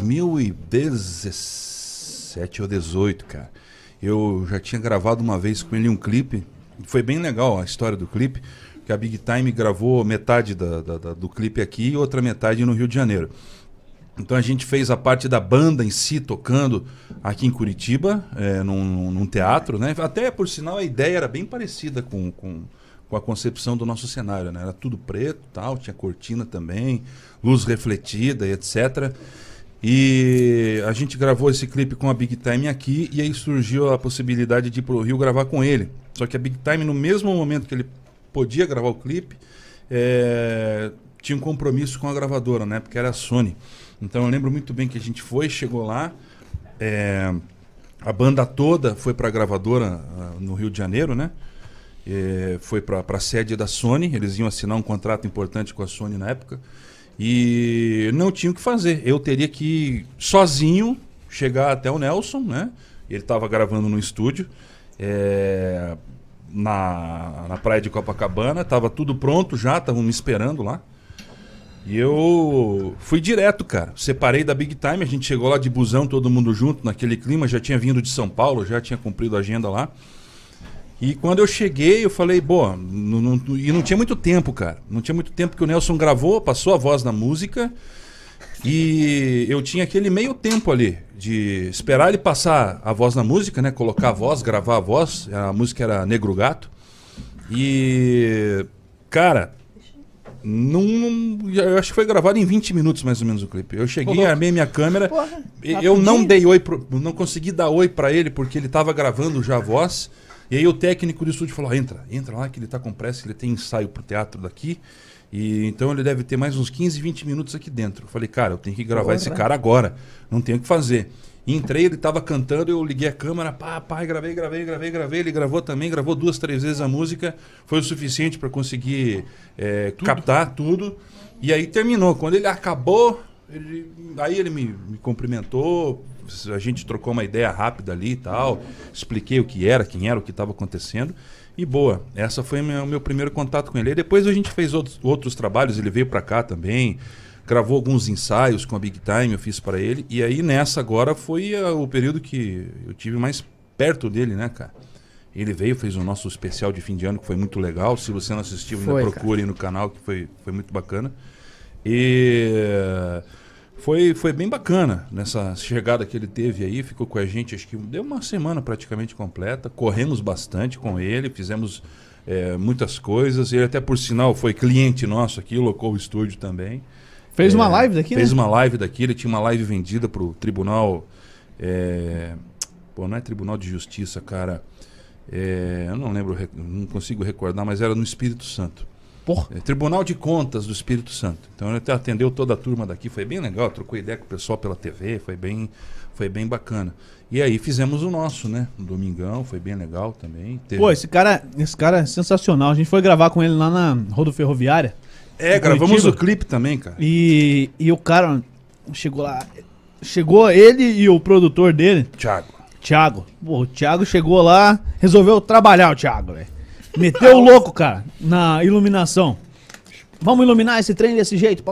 2017 ou 18, cara. Eu já tinha gravado uma vez com ele um clipe. Foi bem legal a história do clipe, que a Big Time gravou metade do clipe aqui e outra metade no Rio de Janeiro. Então a gente fez a parte da banda em si, tocando aqui em Curitiba, num teatro, né? Até, por sinal, a ideia era bem parecida com a concepção do nosso cenário, né? Era tudo preto, tal, tinha cortina também, luz refletida e etc. E a gente gravou esse clipe com a Big Time aqui, e aí surgiu a possibilidade de ir pro Rio gravar com ele. Só que a Big Time, no mesmo momento que ele podia gravar o clipe, tinha um compromisso com a gravadora, né? Porque era a Sony. Então eu lembro muito bem que a gente chegou lá, a banda toda foi para a gravadora no Rio de Janeiro, né? Foi para a sede da Sony, eles iam assinar um contrato importante com a Sony na época, e não tinha o que fazer. Eu teria que ir sozinho, chegar até o Nelson, né? Ele estava gravando no estúdio, na praia de Copacabana, tava tudo pronto já, estavam me esperando lá. E eu fui direto, cara. Separei da Big Time, a gente chegou lá de busão, todo mundo junto, naquele clima, já tinha vindo de São Paulo, já tinha cumprido a agenda lá. E quando eu cheguei, eu falei, boa, e não tinha muito tempo, cara. Não tinha muito tempo que o Nelson gravou, passou a voz na música. E eu tinha aquele meio tempo ali de esperar ele passar a voz na música, né? Colocar a voz, gravar a voz. A música era Negro Gato. E, cara, eu acho que foi gravado em 20 minutos mais ou menos o clipe. Eu cheguei, armei minha câmera. Porra, Eu não dei oi, não consegui dar oi pra ele porque ele tava gravando já a voz. E aí o técnico do estúdio falou, entra lá que ele tá com pressa, ele tem ensaio pro teatro daqui. E então ele deve ter mais uns 15, 20 minutos aqui dentro. Eu falei, cara, eu tenho que gravar esse cara agora. Não tenho o que fazer. E entrei, ele tava cantando, eu liguei a câmera, gravei. Ele gravou também, gravou 2, 3 vezes a música. Foi o suficiente para conseguir captar tudo. E aí terminou. Quando ele acabou, aí ele me cumprimentou. A gente trocou uma ideia rápida ali e tal. Expliquei o que era, quem era, o que estava acontecendo. E boa, essa foi o meu primeiro contato com ele. E depois a gente fez outros trabalhos, ele veio para cá também, gravou alguns ensaios com a Big Time, eu fiz para ele. E aí nessa agora foi o período que eu tive mais perto dele, né, cara? Ele veio, fez o nosso especial de fim de ano, que foi muito legal. Se você não assistiu, ainda procure no canal, que foi muito bacana. E foi bem bacana nessa chegada que ele teve aí, ficou com a gente, acho que deu uma semana praticamente completa, corremos bastante com ele, fizemos muitas coisas, ele até por sinal foi cliente nosso aqui, locou o estúdio também. Fez uma live daqui, fez né? uma live daqui, ele tinha uma live vendida pro tribunal, não é Tribunal de Justiça, cara, eu não lembro, não consigo recordar, mas era no Espírito Santo. Tribunal de Contas do Espírito Santo. Então ele até atendeu toda a turma daqui, foi bem legal, trocou ideia com o pessoal pela TV, foi bem bacana. E aí fizemos o nosso, né? No domingão, foi bem legal também. Pô, esse cara é sensacional. A gente foi gravar com ele lá na Rodoferroviária. Gravamos o clipe também, cara. E o cara chegou lá. Chegou ele e o produtor dele. Thiago. Pô, o Thiago chegou lá, resolveu trabalhar o Thiago, velho. Meteu o louco, cara, na iluminação. Vamos iluminar esse trem desse jeito?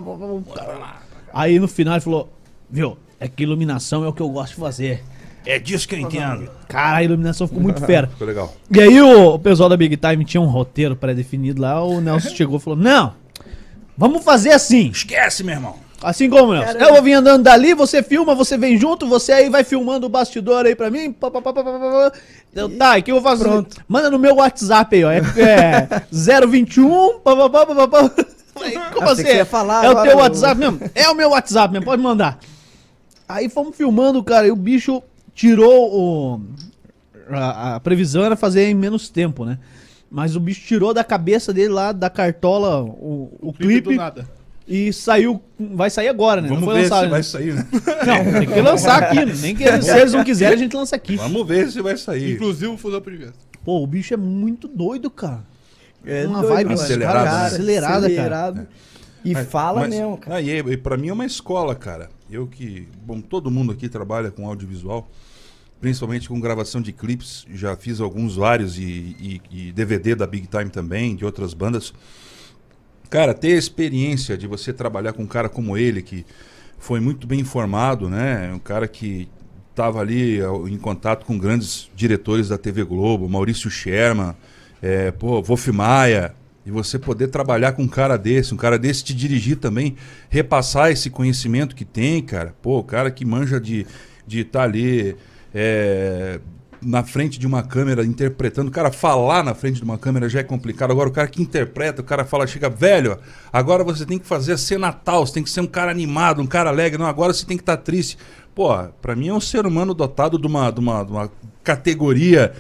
Aí no final ele falou, viu, é que iluminação é o que eu gosto de fazer. É disso que eu entendo. Cara, a iluminação ficou muito fera. Ficou legal. E aí o pessoal da Big Time tinha um roteiro pré-definido lá, o Nelson chegou e falou, não, vamos fazer assim. Esquece, meu irmão. Assim como, Nelson. Eu vou vir andando dali, você filma, você vem junto, você aí vai filmando o bastidor aí pra mim. Eu, tá, e que eu vou fazer? Pronto. Manda no meu WhatsApp aí, ó. É 021. Como Você assim? ia falar É o agora teu WhatsApp mesmo? É o meu WhatsApp mesmo, pode mandar. Aí fomos filmando, cara, e o bicho tirou a previsão era fazer em menos tempo, né? Mas o bicho tirou da cabeça dele lá, da cartola, o clipe. Do nada. E saiu, vai sair agora, né? Vamos não foi ver lançado, se né? vai sair, né? Não, tem que lançar aqui, nem que se eles não quiserem, a gente lança aqui. Vamos ver se vai sair. Inclusive o Fusão Primeiro. Pô, o bicho é muito doido, cara. É Uma doido, vibe mano. acelerada, Cara, né? acelerada, E fala mesmo, cara. E pra mim é uma escola, cara. Todo mundo aqui trabalha com audiovisual, principalmente com gravação de clipes. Já fiz vários e DVD da Big Time também, de outras bandas. Cara, ter a experiência de você trabalhar com um cara como ele, que foi muito bem informado, né? Um cara que estava ali em contato com grandes diretores da TV Globo, Maurício Sherman, Wolf Maia, e você poder trabalhar com um cara desse te dirigir também, repassar esse conhecimento que tem, cara. Pô, o cara que manja de estar ali na frente de uma câmera interpretando. O cara falar na frente de uma câmera já é complicado. Agora o cara que interpreta, o cara fala, chega, velho, agora você tem que fazer a cena tal, você tem que ser um cara animado, um cara alegre, não, agora você tem que estar triste. Pô, pra mim é um ser humano dotado de uma categoria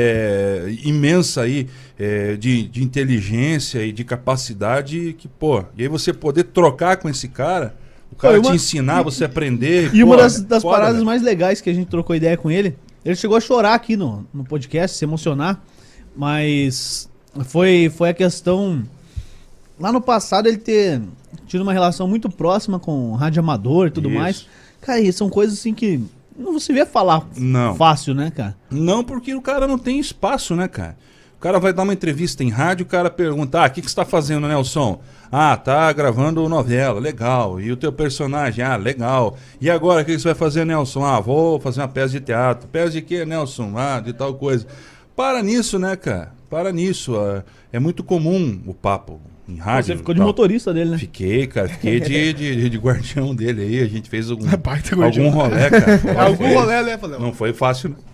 imensa aí, de inteligência e de capacidade que, pô, e aí você poder trocar com esse cara, o cara te ensinar, você aprender. E pô, uma das foda, paradas velho. mais legais que a gente trocou ideia com ele, ele chegou a chorar aqui no podcast, se emocionar, mas foi a questão, lá no passado ele ter tido uma relação muito próxima com o rádio amador e tudo Isso. mais. Cara, e são coisas assim que não se vê falar Não. fácil, né, cara? Não, porque o cara não tem espaço, né, cara? cara vai dar uma entrevista em rádio, o cara pergunta, o que você tá fazendo, Nelson? Tá gravando novela, legal. E o teu personagem? Legal. E agora, o que você vai fazer, Nelson? Vou fazer uma peça de teatro. Peça de quê, Nelson? De tal coisa. Para nisso, né, cara? Para nisso. É muito comum o papo em rádio. Você ficou de motorista dele, né? Fiquei, cara. Fiquei de guardião dele aí. A gente fez algum guardião. rolê, cara. Algum rolê, né, Léo? Não foi fácil, né?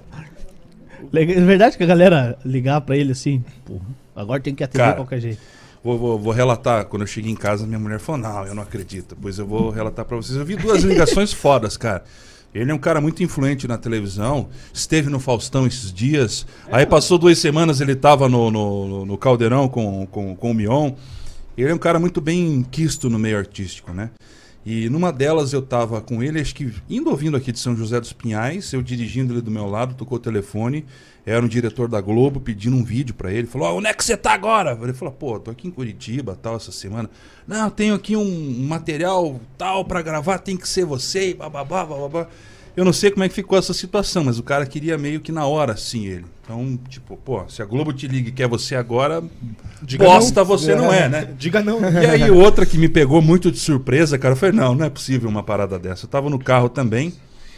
É verdade que a galera ligar pra ele assim, porra, agora tem que atender de qualquer jeito. Vou relatar, quando eu cheguei em casa, minha mulher falou, não, eu não acredito. Pois eu vou relatar pra vocês. Eu vi 2 ligações fodas, cara. Ele é um cara muito influente na televisão, esteve no Faustão esses dias, aí passou 2 semanas, ele tava no Caldeirão com o Mion. Ele é um cara muito bem quisto no meio artístico, né? E numa delas eu tava com ele, acho que indo ouvindo aqui de São José dos Pinhais, eu dirigindo ele do meu lado, tocou o telefone, era um diretor da Globo pedindo um vídeo pra ele, falou, onde é que você tá agora? Ele falou, tô aqui em Curitiba, tal, essa semana. Não, tenho aqui um material tal pra gravar, tem que ser você, bababá, bababá. Eu não sei como é que ficou essa situação, mas o cara queria meio que na hora, assim, ele. Então, tipo, se a Globo te liga e quer você agora, bosta você não é, né? Diga não. E aí outra que me pegou muito de surpresa, cara, eu falei, não é possível uma parada dessa. Eu tava no carro também,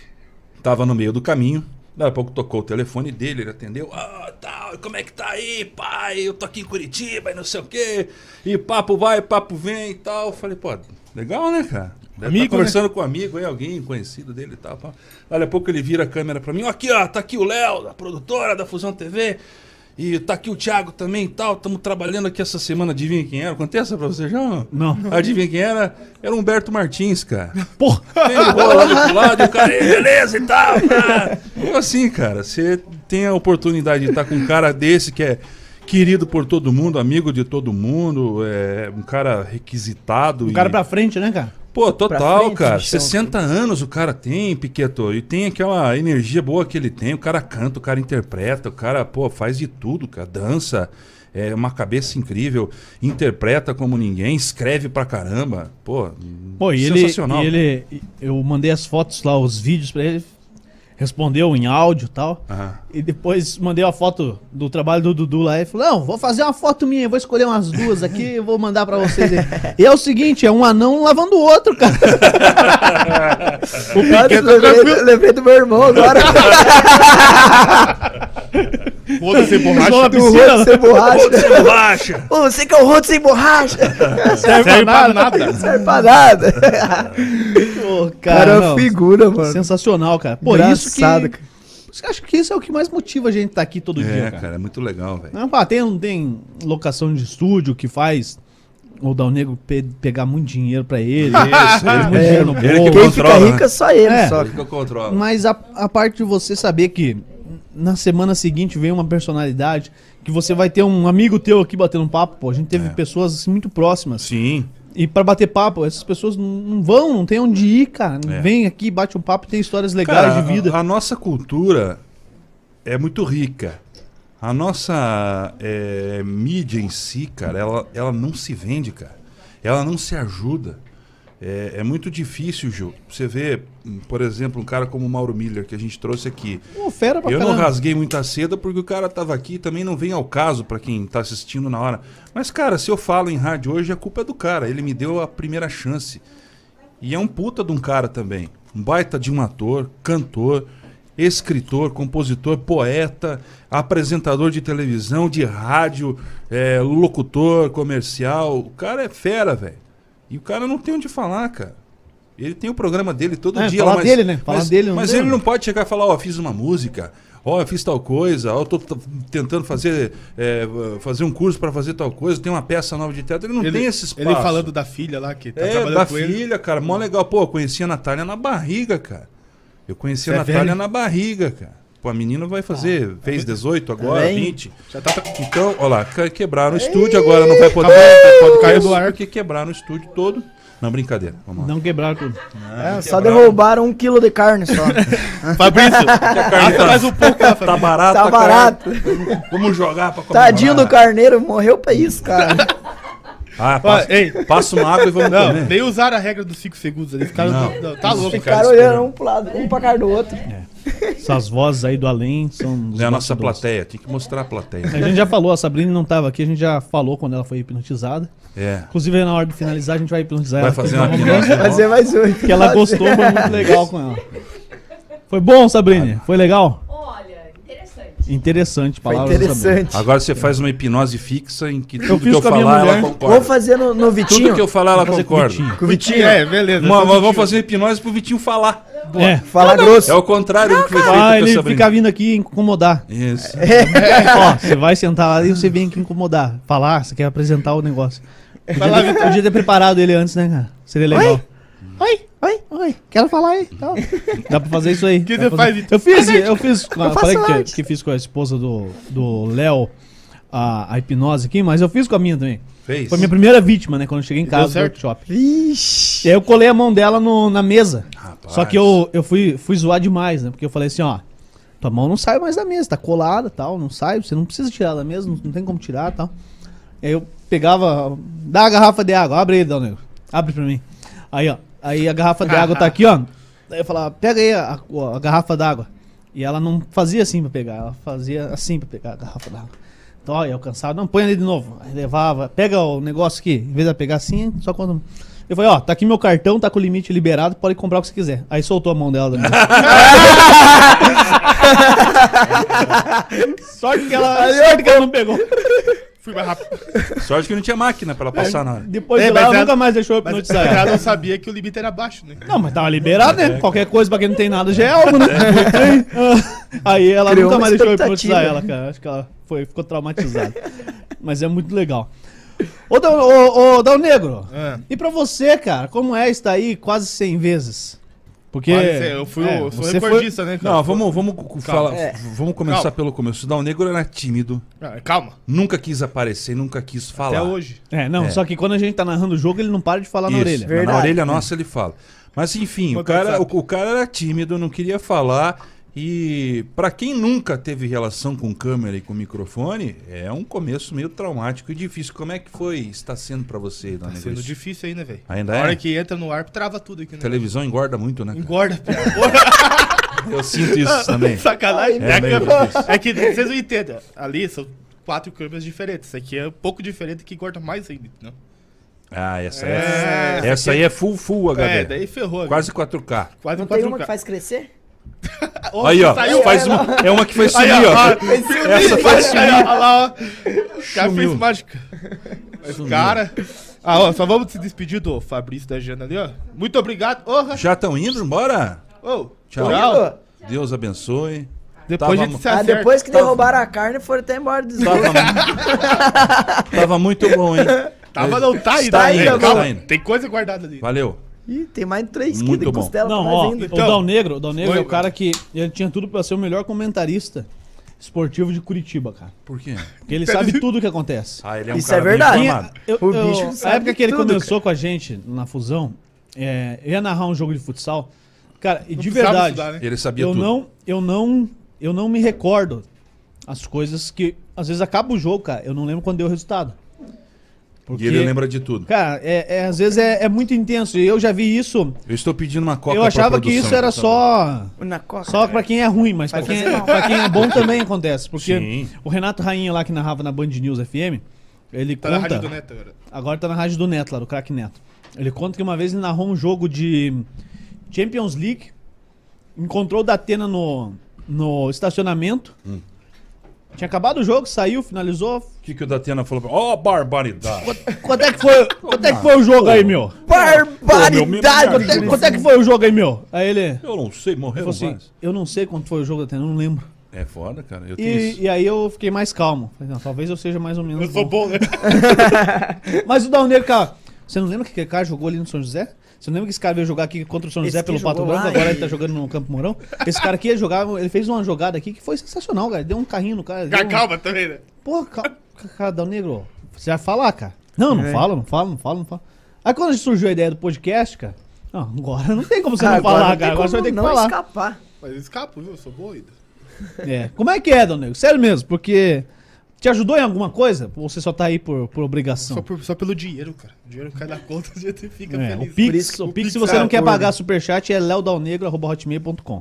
tava no meio do caminho, daí a pouco tocou o telefone dele, ele atendeu, tal, como é que tá aí, pai? Eu tô aqui em Curitiba e não sei o quê, e papo vai, papo vem e tal. Eu falei, legal, né, cara? Deve tá conversando com um amigo aí, alguém conhecido dele e tal. Daqui a pouco ele vira a câmera pra mim. Aqui, tá aqui o Léo, da produtora da Fusão TV. E tá aqui o Thiago também e tal. Estamos trabalhando aqui essa semana. Adivinha quem era? Contei essa pra você já? Não. Adivinha quem era? Era o Humberto Martins, cara. Porra! Ele bola lá do outro lado e o cara, beleza e tal. Então, assim, cara, você tem a oportunidade de estar com um cara desse que é querido por todo mundo, amigo de todo mundo, um cara requisitado. Um cara pra frente, né, cara? Total, frente, cara. bichão. 60 anos o cara tem, Piqueto. E tem aquela energia boa que ele tem. O cara canta, o cara interpreta, o cara, faz de tudo, cara. Dança, é uma cabeça incrível. Interpreta como ninguém, escreve pra caramba. Sensacional. Eu mandei as fotos lá, os vídeos pra ele. Respondeu em áudio e tal. E depois mandei uma foto do trabalho do Dudu lá. E falou, não, vou fazer uma foto minha, vou escolher umas 2 aqui e vou mandar pra vocês aí. E é o seguinte, é um anão lavando o outro, cara. O Piqueto, lembrei do meu irmão agora. Rodo sem borracha. Do rodo sem borracha. Sem borracha. Você que é o rodo sem borracha. Serve pra nada. Não serve pra nada. Cara, não, figura, mano. Sensacional, cara. Engraçado, cara. Acho que isso é o que mais motiva a gente estar aqui todo dia, cara. É muito legal, velho. Não tem locação de estúdio que faz o Dal Negro pegar muito dinheiro pra ele. Isso, muito dinheiro no ele bolso. que Quem controla, fica né? rico é só ele, só. Ele que eu controlo. Mas a parte de você saber que na semana seguinte vem uma personalidade, que você vai ter um amigo teu aqui batendo um papo, a gente teve pessoas assim, muito próximas. Sim. E pra bater papo, essas pessoas não tem onde ir, cara. Vem aqui, bate um papo e tem histórias legais de vida. A nossa cultura é muito rica. A nossa mídia em si, cara, ela não se vende, cara. Ela não se ajuda. É muito difícil, Gil. Você vê, por exemplo, um cara como o Mauro Miller, que a gente trouxe aqui. Fera pra Eu caramba. não rasguei muita seda porque o cara tava aqui, também não vem ao caso pra quem tá assistindo na hora. Mas, cara, se eu falo em rádio hoje, a culpa é do cara. Ele me deu a primeira chance. E é um puta de um cara também. Um baita de um ator, cantor, escritor, compositor, poeta, apresentador de televisão, de rádio, locutor, comercial. O cara é fera, velho. E o cara não tem onde falar, cara. Ele tem o programa dele todo dia. Falar lá, dele, né? Falar dele não mas deu, ele né? não pode chegar e falar, fiz uma música, eu fiz tal coisa, eu tô tentando fazer um curso pra fazer tal coisa, tem uma peça nova de teatro. Ele não tem esse espaço. Ele falando da filha lá, que tá trabalhando da com ele. filha, cara. Mó legal. Eu conheci a Natália na barriga, cara. Eu conheci a Natália velho? na barriga, cara. A menina vai fazer, fez 18 agora, Bem. 20. Já tá... Então, olha lá, quebraram o estúdio, agora não vai poder... Caiu do ar. Porque quebraram o estúdio todo. Não, brincadeira. Vamos lá. Não quebraram tudo. Só derrubaram 1 quilo de carne só. Fabrício, assa mais um pouco lá, Tá Fabrício. barato, Tá cara. barato. Vamos jogar pra comemorar. Tadinho do carneiro, morreu pra isso, cara. Ah, Ei. passa uma água e vamos Não, comer. nem usaram a regra dos 5 segundos ali. Ficaram. Não, tá louco. Ficaram olhando um pro lado, um pra cara do outro. Essas vozes aí do além são... os É a nossa bastidores. plateia, tem que mostrar a plateia. A gente já falou, a Sabrina não tava aqui, a gente já falou quando ela foi hipnotizada. É. Inclusive, na hora de finalizar, a gente vai hipnotizar Vai ela. fazer uma porque hipnose. Vai ser mais um. que ela gostou, foi muito legal com ela. Foi bom, Sabrina? Foi legal? Olha, interessante. Interessante, Foi palavras da Sabrina. interessante. Agora você faz uma hipnose fixa em que tudo que fiz eu com a minha falar, ela mulher. concorda. Vamos fazer no Vitinho. Tudo que eu falar, ela Vamos fazer com o concorda. Vitinho. Com o Vitinho. É, beleza. Vamos fazer uma hipnose pro Vitinho falar. É. Fala grosso. É o contrário do que foi feito Ah, com a ele Sabrina. fica vindo aqui incomodar. Isso. Ó, você vai sentar lá e você vem aqui incomodar. Falar, você quer apresentar o negócio. Podia ter preparado ele antes, né, cara? Seria legal. Oi, quero falar aí. Então, dá pra fazer isso aí. O que Dá você pra faz, fazer. Eu fiz, faço falei antes. que fiz com a esposa do Léo a hipnose aqui, mas eu fiz com a minha também. Fez. Foi a minha primeira vítima, né, quando eu cheguei em casa do certo? workshop. Vixe. E aí eu colei a mão dela na mesa. Rapaz. Só que eu fui zoar demais, né? Porque eu falei assim, ó, tua mão não sai mais da mesa, tá colada e tal, não sai, você não precisa tirar da mesa, não tem como tirar e tal. E aí eu pegava, dá a garrafa de água, abre aí, Dal Negro, abre pra mim. Aí, ó, aí a garrafa de água tá aqui, ó. Aí eu falava, pega aí a garrafa d'água. E ela não fazia assim pra pegar, ela fazia assim pra pegar a garrafa d'água. Então, ó, eu cansado, não, põe ali de novo. Aí levava, pega o negócio aqui, em vez de pegar assim, só quando... Eu falei, ó, tá aqui meu cartão, tá com o limite liberado, pode comprar o que você quiser. Aí soltou a mão dela da mesa. Sorte que ela não pegou. Fui mais rápido. Sorte que não tinha máquina pra ela passar na hora. Depois É, de lá, mas ela ela- nunca mais deixou eu Mas hipnotizar ela ela. não sabia que o limite era baixo, né? Não, mas tava liberado, né? Qualquer coisa pra quem não tem nada já é algo, né? Aí ela Criou nunca uma mais deixou eu expectativa. hipnotizar ela, cara. Acho que ela ficou traumatizada. Mas é muito legal. Ô, Dal Negro, Ah. e pra você, cara, como é estar aí quase 100 vezes? Porque Eu sou você recordista, né, cara? Não, vamos falar, É. vamos começar Calma. pelo começo. O Dal Negro era tímido, Ah, calma. nunca quis aparecer, nunca quis falar. Até hoje. Não, É. só que quando a gente tá narrando o jogo, ele não para de falar na Isso, orelha. mas Verdade. na orelha nossa ele fala. Mas enfim, o Manda cara, WhatsApp. o cara era tímido, não queria falar. E pra quem nunca teve relação com câmera e com microfone, é um começo meio traumático e difícil. Como é que está sendo pra você, Dal Tá Negro? sendo isso? difícil aí, né, velho? Ainda Na é? hora que entra no ar, trava tudo aqui, né? Televisão engorda muito, né? cara? Engorda, piada. Eu sinto isso também. Sacanagem. É meio difícil. É que vocês não entendem. Ali são 4 câmeras diferentes. Isso aqui é um pouco diferente que engorda mais ainda, né? Ah, essa É, essa aí é full HD. É, daí ferrou. Quase 4K. Quase Não um tem 4K. uma que faz crescer? Oh, Aí, ó. saiu, Faz é uma que foi Aí, sumir, ó. ó. Essa foi Aí, sumir. ó, olha lá, ó. O cara Sumiu. fez mágica. Mas, cara... Ah, ó, só vamos se despedir do Fabrício da Jana ali, ó. Muito obrigado. Ô, Já estão indo embora? ô, Tchau. tchau. Deus abençoe. Depois Tava- a gente se Ah, acerta. depois que derrubaram a carne, foram até embora do Tava muito bom, hein? Tava não, tá aí. Está tá aí, indo, calma. está indo. Tem coisa guardada ali. Valeu. Ih, tem mais de 3 Muito quilos de bom. costela Não, pra nós ó, ainda. o Então- Dal Negro é Oi, o cara que ele tinha tudo pra ser o melhor comentarista esportivo de Curitiba, cara. Por quê? Porque ele sabe tudo o que acontece. Ah, ele é um Isso cara é verdade. bem informado. O bicho Na sabe época que ele tudo, começou com a gente na Fusão, eu ia narrar um jogo de futsal. Cara, e Não de precisava verdade, estudar, né? Ele sabia eu tudo. não me recordo as coisas que... Às vezes acaba o jogo, cara, eu não lembro quando deu o resultado. E ele lembra de tudo. Cara, às vezes é muito intenso. E eu já vi isso... Eu estou pedindo uma coca Eu pra achava que produção, isso era por favor. só... Na coca. Só pra quem é ruim, mas pra Vai quem, fazer mal. pra quem é bom também acontece. Porque Sim. o Renato Rainha lá que narrava na Band News FM, ele Tá na conta... rádio do Neto agora. Agora tá na rádio do Neto lá, do Crack Neto. Ele conta que uma vez ele narrou um jogo de Champions League, encontrou o Datena no estacionamento. Tinha acabado o jogo, saiu, finalizou. O que o Datena falou? Ó, barbaridade. Quanto é que foi o jogo aí, meu? Barbaridade! Quanto é que foi o jogo aí, meu? Aí ele Eu não sei, morreu falou assim, mais. eu não sei quanto foi o jogo, Datena, eu não lembro. É foda, cara. Eu tenho isso. E aí eu fiquei mais calmo. Falei, não, talvez eu seja mais ou menos Eu sou bom, né? Mas o Dal Negro, cara, você não lembra que aquele cara jogou ali no São José? Você não lembra que esse cara veio jogar aqui contra o São Esse José que pelo Pato jogou Branco, lá agora e- ele tá jogando no Campo Mourão? Esse cara aqui ia jogar, ele fez uma jogada aqui que foi sensacional, cara. Deu um carrinho no cara. deu um- Calma também, né? Porra, cara, Dal Negro, você vai falar, cara? Não, não fala. Aí quando surgiu a ideia do podcast, cara, não, agora não tem como você não Agora falar, não tem cara. Agora você vai como ter que não falar. escapar. Mas eu escapo, viu? Eu sou bom ainda. É. Como é que é, Dal Negro? Sério mesmo, porque Te ajudou em alguma coisa? Ou você só tá aí por obrigação? Só pelo dinheiro, cara. O dinheiro cai na conta, a gente fica É, feliz. o Pix, Por isso que o o Pix, Pix se você é não quer acordo. pagar superchat, é leodalnegro@hotmail.com.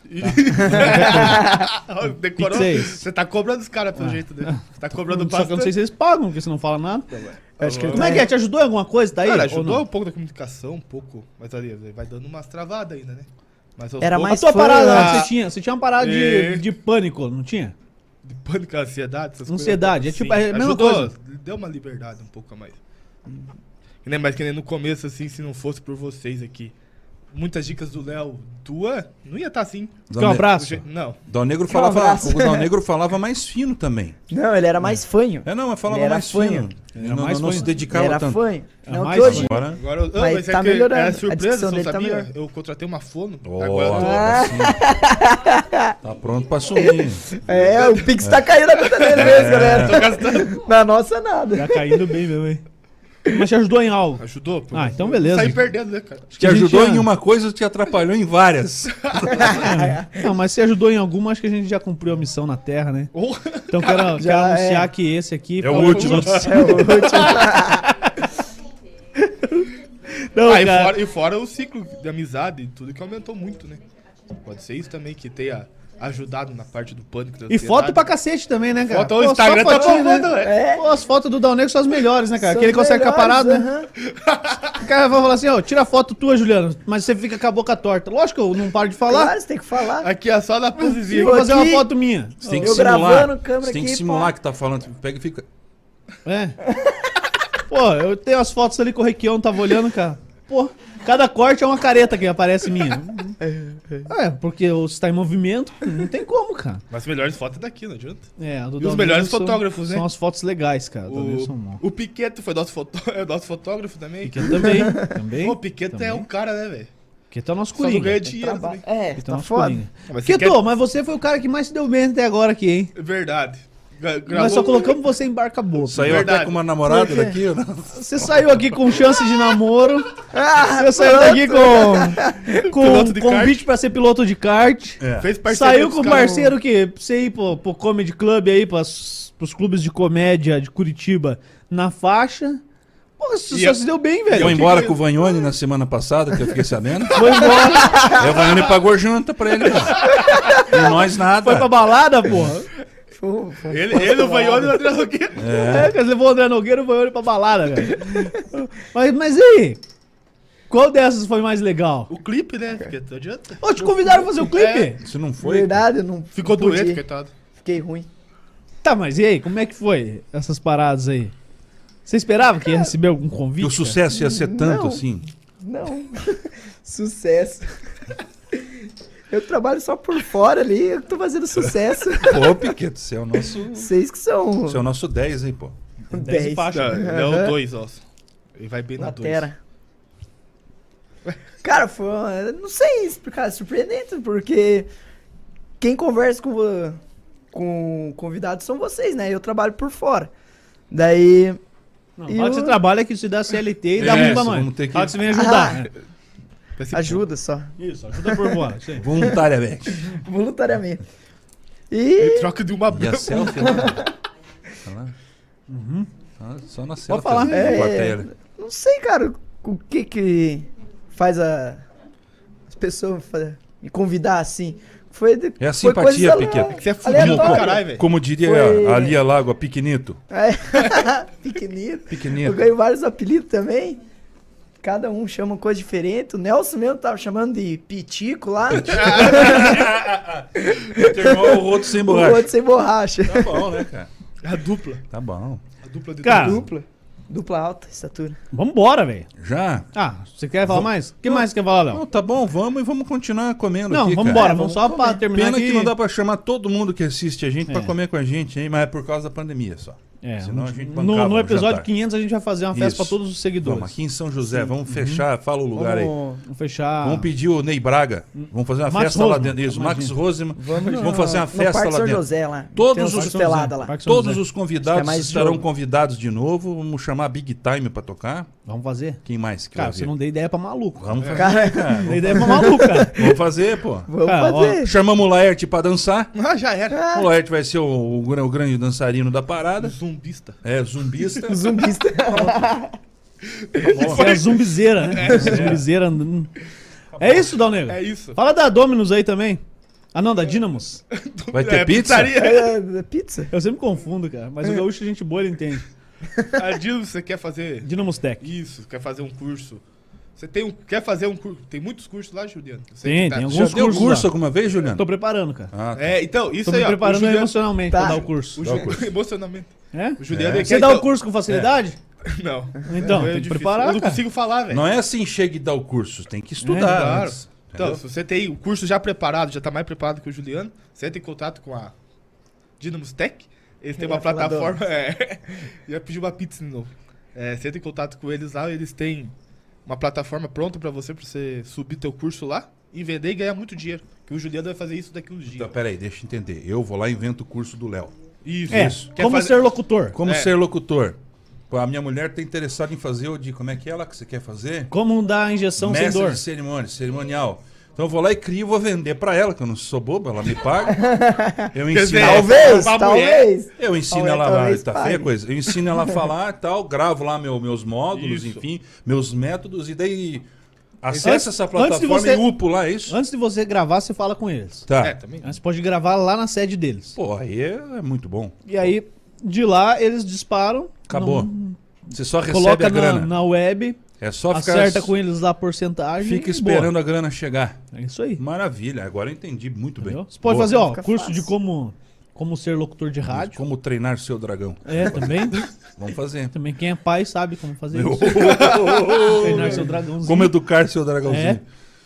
Decorou? Pix é isso. Você tá cobrando os caras pelo jeito dele. Você tá cobrando Só que eu bastante. não sei se eles pagam, porque você não fala nada. Acho que ele Como é que é? Te ajudou em alguma coisa? Tá aí? Cara, ou ajudou não? um pouco da comunicação, um pouco. Mas ali, vai dando umas travadas ainda, né? Mas aos Era poucos- A mais tua fã, parada lá, ah, você tinha uma parada é. de pânico, não tinha? De pânico, ansiedade, essas Ansiedade, é coisas. tipo, é a mesma ajudou, coisa. deu uma liberdade um pouco a mais. Que nem mais que nem no começo, assim, se não fosse por vocês aqui. Muitas dicas do Léo, tua, não ia estar assim. Quer um abraço? Não. Dal Negro Quer um abraço? o Dal Negro falava mais fino também. Não, ele era mais fanho. É, não, mas falava Ele era mais fanho. fino. Ele era Não, mais não se fanho. Ele dedicava era tanto. fanho. Era Não, mais que hoje... Agora. Agora, Mas mas tá é que melhorando, é a surpresa, dicção você não dele tá sabia? melhor. Eu contratei uma fono. Ó, Agora assim, tá pronto pra assumir. É, o Pix tá caindo na conta dele mesmo, galera. tô gastando. Na nossa, nada. Tá caindo bem mesmo, hein? Mas te ajudou em algo? Ajudou? Pô. Ah, então beleza. Saí perdendo, né, cara? Te a gente ajudou já- em uma coisa, te atrapalhou em várias. Não, mas se ajudou em alguma, acho que a gente já cumpriu a missão na Terra, né? Oh, Então quero Já anunciar é. que esse aqui É o foi último. É o último. Não, ah, cara. e fora o ciclo de amizade e tudo que aumentou muito, né? Pode ser isso também, que tenha ajudado na parte do pânico. Da E foto pra cacete também, né, cara? Foto, o Pô, Instagram só tá fotinho, bombando, né? velho. É. Pô, as fotos do Dal Negro são as melhores, né, cara? São Que ele consegue ficar melhores, parado, né? aham. O cara vai falar assim, ó, tira a foto tua, Juliano, mas você fica com a boca torta. Lógico que eu não paro de falar. Claro, você tem que falar. Aqui é só na Eu posezinha. vou fazer uma aqui. foto minha. Você tem que Eu simular. gravando, câmera Você tem que aqui, simular pá. que tá falando. Pega e fica. É. Pô, eu tenho as fotos ali que o Requião tava olhando, cara. Pô, cada corte é uma careta que aparece minha. É, porque você tá em movimento, não tem como, cara. Mas as melhores fotos é daqui, não adianta. É, a do E os Dal melhores Negro são- fotógrafos, né? São as fotos legais, cara. O Dal Negro são bons. O Piqueto foi nosso, é nosso fotógrafo também. Piquet também, também. Pô, o Piqueto é também. um cara, né, velho? Piquet é o nosso Só não coringa. ganha dinheiro Traba- também. É, Piquet é o tá nosso foda. coringa. Mas você Piquet, quer- mas você foi o cara que mais se deu bem até agora aqui, hein? Verdade. Nós só colocamos você em barca boa. Saiu Verdade. até com uma namorada Por quê? daqui, ou não? Você saiu aqui com chance de namoro. Ah, Você saiu daqui com Piloto de convite pra ser piloto de kart. É. Fez parceria Saiu dos com um caras. parceiro que pra você ir pro Comedy Club aí, pros clubes de comédia de Curitiba na faixa. Porra, você E só eu- se deu bem, Foi velho. embora com o Vanhone na semana passada, que eu fiquei sabendo. Foi embora. Aí o Vanhone pagou janta pra ele. E nós nada. Foi pra balada, porra. Ele o Vanhone e o André Nogueira. É, que levou o André Nogueira e foi ele pra balada, velho. Mas e aí? Qual dessas foi mais legal? O clipe, né? Porque não adianta. Ô, te convidaram pra fazer o clipe? Se não foi. Verdade, eu não Ficou não podia. doente, coitado. Fiquei ruim. Tá, mas e aí? Como é que foi essas paradas aí? Você esperava que ia receber algum Que convite? o sucesso ia ser tanto Não. assim. Não. Sucesso. Eu trabalho só por fora ali, eu tô fazendo sucesso. Pô, Piqueto, você é o nosso. Vocês que são Você é o nosso 10 aí, pô. 10 10 faixas. Não, Aham. 2, ó. Ele vai bem na 2. Latera. Cara, foi não sei explicar, surpreendente, porque quem conversa com convidados são vocês, né? Eu trabalho por fora. Daí, Não, E fala que o- você trabalha que você dá CLT e dá É, muito pra nós. vamos ter que- Fala que você vem ajudar. Ah. né? ajuda só, Isso, ajuda por fora. Isso aí. Voluntariamente. voluntariamente. Ele E troca de uma E a selfie lá? Tá lá? Só na selfie. falar. assim, na É. plateia. não sei, cara, o que faz as pessoas me convidar assim. É a foi simpatia, coisa Piqueto. Você é fudido pra aleatória. caralho, velho. Como diria Foi- a Lia Lago, a Piquenito. É. Pequenito. Eu Pequenito. ganhei vários apelidos também. Cada um chama coisa diferente. O Nelson mesmo tava chamando de Pitico lá. Terminou o roto sem O borracha. outro sem borracha. Tá bom, né, cara? A dupla. Tá bom. A dupla de Cara, Dupla. Dupla alta, estatura. Vambora, velho. Já? Ah, você quer falar mais? O que mais você quer falar, Léo? Não, tá bom, vamos e vamos continuar comendo Não, aqui, vambora. cara. Vamos só pra terminar Pena aqui. que não dá pra chamar todo mundo que assiste a gente pra É. comer com a gente, hein? Mas é por causa da pandemia só. É, Senão a gente no, bancava no um episódio jantar. 500 a gente vai fazer uma festa Isso. pra todos os seguidores. Vamos aqui em São José, vamos fechar, fala o lugar aí. Vamos fechar. Vamos pedir o Ney Braga. Vamos fazer uma Max festa lá Rosman, dentro. Isso, imagina. Max Rosman. Vamos fazer uma No festa Parque lá São dentro. José lá. Todos Tem os umas costeladas lá. Parque São Todos José. os convidados Acho que é mais estarão jogo. convidados de novo. Vamos chamar a Big Time pra tocar. Vamos fazer. Quem mais que Cara, vai você vir? não deu ideia pra maluco. Vamos fazer, Cara, cara. Deu ideia pra maluco, cara. Vamos fazer, pô. vamos Cara, ó, fazer. Chamamos o Laerte pra dançar. Ah, já era. O Laerte vai ser o grande dançarino da parada. Zumbista. É, zumbista. Zumbista. Você é a zumbizeira, né? Zumbizeira. É isso, Dal Negro? É isso. Fala da Dominus aí também. Ah, não, da Dynamos. Vai ter pizza? pizzaria. É, pizza? Eu sempre confundo, cara. Mas o gaúcho, gente boa, ele entende. A Dino, você quer fazer Dynamos Tech. isso, quer fazer um curso. Você quer fazer um curso. Tem muitos cursos lá, Juliano? Você Tem, que tem Já alguns deu cursos curso lá. alguma vez, Juliano? Tô preparando, cara. Ah, tá. É, então, isso Tô aí, me ó. preparando o Juliano, emocionalmente Tá. pra dar o curso. o Dá o Juliano, curso. emocionalmente. É? O Juliano É. ele Você quer, dá o então- curso com facilidade? Não. Então, É tem que difícil. preparar, Eu não cara. consigo falar, velho. Não é assim, chega e dá o curso. Tem que estudar. Claro. antes, Então, entendeu? se você tem o curso já preparado, já tá mais preparado que o Juliano, você entra em contato com a Dynamos Tech. Eles têm Eu uma ia falar plataforma. Ia pedir uma pizza de novo. Você entra em contato com eles lá, eles têm uma plataforma pronta pra você subir teu curso lá e vender e ganhar muito dinheiro. Que o Juliano vai fazer isso daqui uns dias. Então, peraí, deixa eu entender. Eu vou lá e invento o curso do Léo. Isso. É, Quer como fazer- ser locutor. Como É. ser locutor? Pô, a minha mulher tá interessada em fazer o de... Como é que é lá que você quer fazer? Como dar injeção sem Mestre dor. de cerimônia, cerimonial. Então eu vou lá e crio e vou vender pra ela, que eu não sou bobo, ela me paga. Eu Quer ensino dizer, ela, Talvez, Pra talvez. eu ensino Talvez, ela a talvez tá pague. feia a coisa. Eu ensino ela a falar e tal, gravo lá meus módulos, Isso. enfim, meus métodos, e daí acessa essa antes de plataforma você- e upo lá, é isso? Antes de você gravar, você fala com eles. Tá. também. Aí você pode gravar lá na sede deles. Pô, aí é muito bom. E aí, de lá, eles disparam. Acabou. não- Você só recebe Coloca a grana. na web, É só ficar. acerta com eles lá a porcentagem. Fica e esperando boa. a grana chegar. É isso aí. Maravilha, agora eu entendi muito Entendeu? bem. Você pode Boa. fazer, ó, Fica curso fácil. de como ser locutor de rádio. Como treinar seu dragão. É, também. Vamos fazer. Também quem é pai sabe como fazer isso. Treinar seu dragãozinho. Como educar seu dragãozinho. É.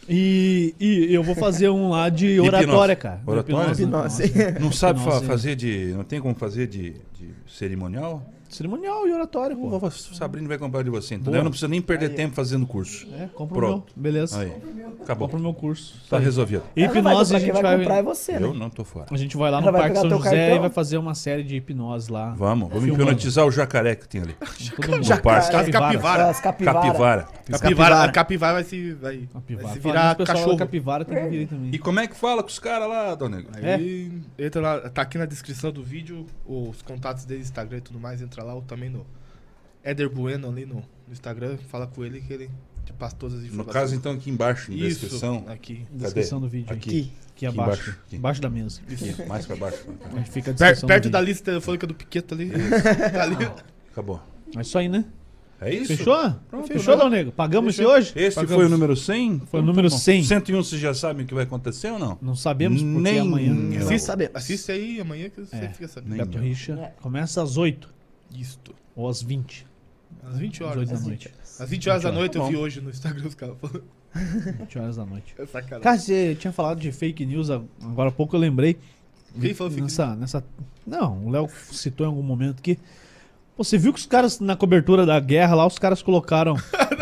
E eu vou fazer um lá de oratória, cara. Oratória? Hipnose. Não sabe Hipnose. fazer de. Não tem como fazer de cerimonial? Cerimonial e oratória, pô. O Sabrina vai comprar de você, entendeu? Boa. Eu não preciso nem perder tempo fazendo curso. É, compra Pronto. o meu. Beleza. Aí. Acabou. Compra o meu curso. Tá resolvido. Hipnose, a gente Quem vai vai... comprar é você, né? Eu não tô fora. A gente vai lá no Ela vai Parque pegar São teu José cartão? e vai fazer uma série de hipnose lá. Vamos Filmando. hipnotizar o jacaré que tem ali. Todo mundo. No parque. Capivara. As capivara. Capivara. A capivara vai se Capivara. se Falando virar nisso, pessoal da cachorro. Capivara tem que vir aí também. E como é que fala com os caras lá, Dona Negro? Aí entra lá, tá aqui na descrição do vídeo, os contatos dele, Instagram e tudo mais, entra lá, ou também no Éder Bueno ali no Instagram, fala com ele que ele te passa todas as No informações. caso, então, aqui embaixo, na Isso, descrição. aqui. Descrição do vídeo Aqui. aqui. Aqui Aqui abaixo. embaixo, aqui. Embaixo da mesa. Aqui, mais pra baixo. Aí fica a descrição Perto do da vídeo. lista telefônica do Piqueto ali. Tá ali. Acabou. É isso aí, né? É isso? Fechou? Fechou, Dal Negro? Pagamos Fechou. esse hoje? Esse Pagamos. foi o número 100? Foi o número tá bom. 100. 101 vocês já sabem o que vai acontecer ou não? Não sabemos porque Nem amanhã. eu. Não Assiste, sabemos. assiste aí amanhã que você É. fica sabendo. Nem Beto eu. Richa começa às 8 Isto. ou às 20. Às 20 Às horas. 8 da noite. Às 20 horas da noite eu Tá vi bom. hoje no Instagram os caras falando. 20 horas da noite. É sacanagem. Cara, você tinha falado de fake news agora há pouco, eu lembrei. Quem falou fake nessa... Não, o Léo citou em algum momento que. Pô, você viu que os caras na cobertura da guerra lá, os caras colocaram.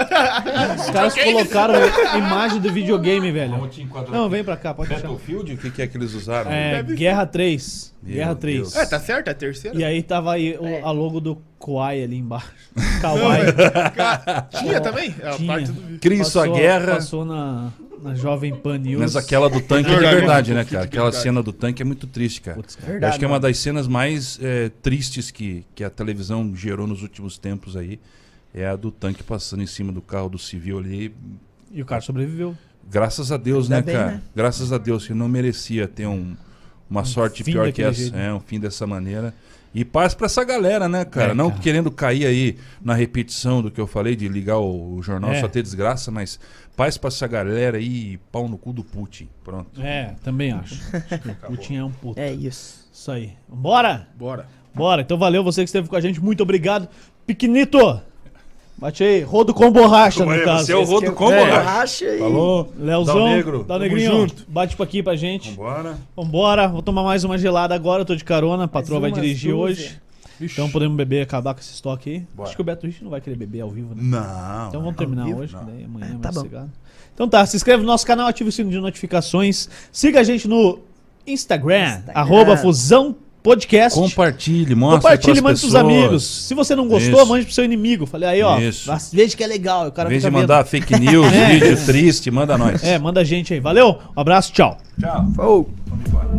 Os caras colocaram imagem do videogame, velho. te enquadrar. Não, vem pra cá, pode deixar. Battlefield, o que é que eles usaram? É, Guerra 3. Meu Guerra 3. Deus. É, tá certo, é a terceira. E aí tava aí a logo do Kawhi ali embaixo. Kawaii. Tinha também? É a Tinha. parte do vídeo. Crie sua guerra. Passou na Jovem Pan News. Mas aquela do tanque é de Verdade, verdade, né, de cara? Aquela verdade. cena do tanque é muito triste, cara. Putz, cara. Eu Verdade, acho que é uma mano. das cenas mais tristes que a televisão gerou nos últimos tempos aí. É a do tanque passando em cima do carro do civil ali. E o cara sobreviveu. Graças a Deus, Ainda né, bem, cara? né? Graças a Deus, que não merecia ter uma sorte fim pior que daquele essa. jeito. É, um fim dessa maneira. E paz pra essa galera, né, cara? É, Não cara. querendo cair aí na repetição do que eu falei, de ligar o jornal É. só ter desgraça, mas paz pra essa galera aí, pau no cu do Putin. Pronto. É, também acho. Acho que o Putin é um puto. É isso. Isso aí. Bora? Bora. Bora. Então valeu você que esteve com a gente. Muito obrigado. Pequenito. Bate aí. Rodo com borracha, no caso. Você é o rodo Que com É. borracha. Borracha e... Falou. Leozão. Dal Negro. Dal Tamo Negrinho. junto. Bate pra aqui pra gente. Vambora. Vambora. Vou tomar mais uma gelada agora. Eu tô de carona. A patroa vai umas dirigir duas, hoje. Então podemos beber e acabar com esse estoque aí. Bora. Acho que o Beto Rich não vai querer beber ao vivo, né? Não. Então vamos terminar vivo? hoje, Não. que daí amanhã é Tá mais bom. sossegado. Então tá, se inscreve no nosso canal, ativa o sino de notificações. Siga a gente no Instagram. @Fusão podcast. Compartilhe, mostre Compartilhe, pras mande pros pessoas. amigos. Se você não gostou, Isso. mande pro seu inimigo. Falei aí, ó, Isso. veja que é legal. O cara Em vez de fica vendo. mandar fake news, vídeo triste, manda nós. Manda a gente aí. Valeu, um abraço, tchau. Tchau. Falou. Vamos embora.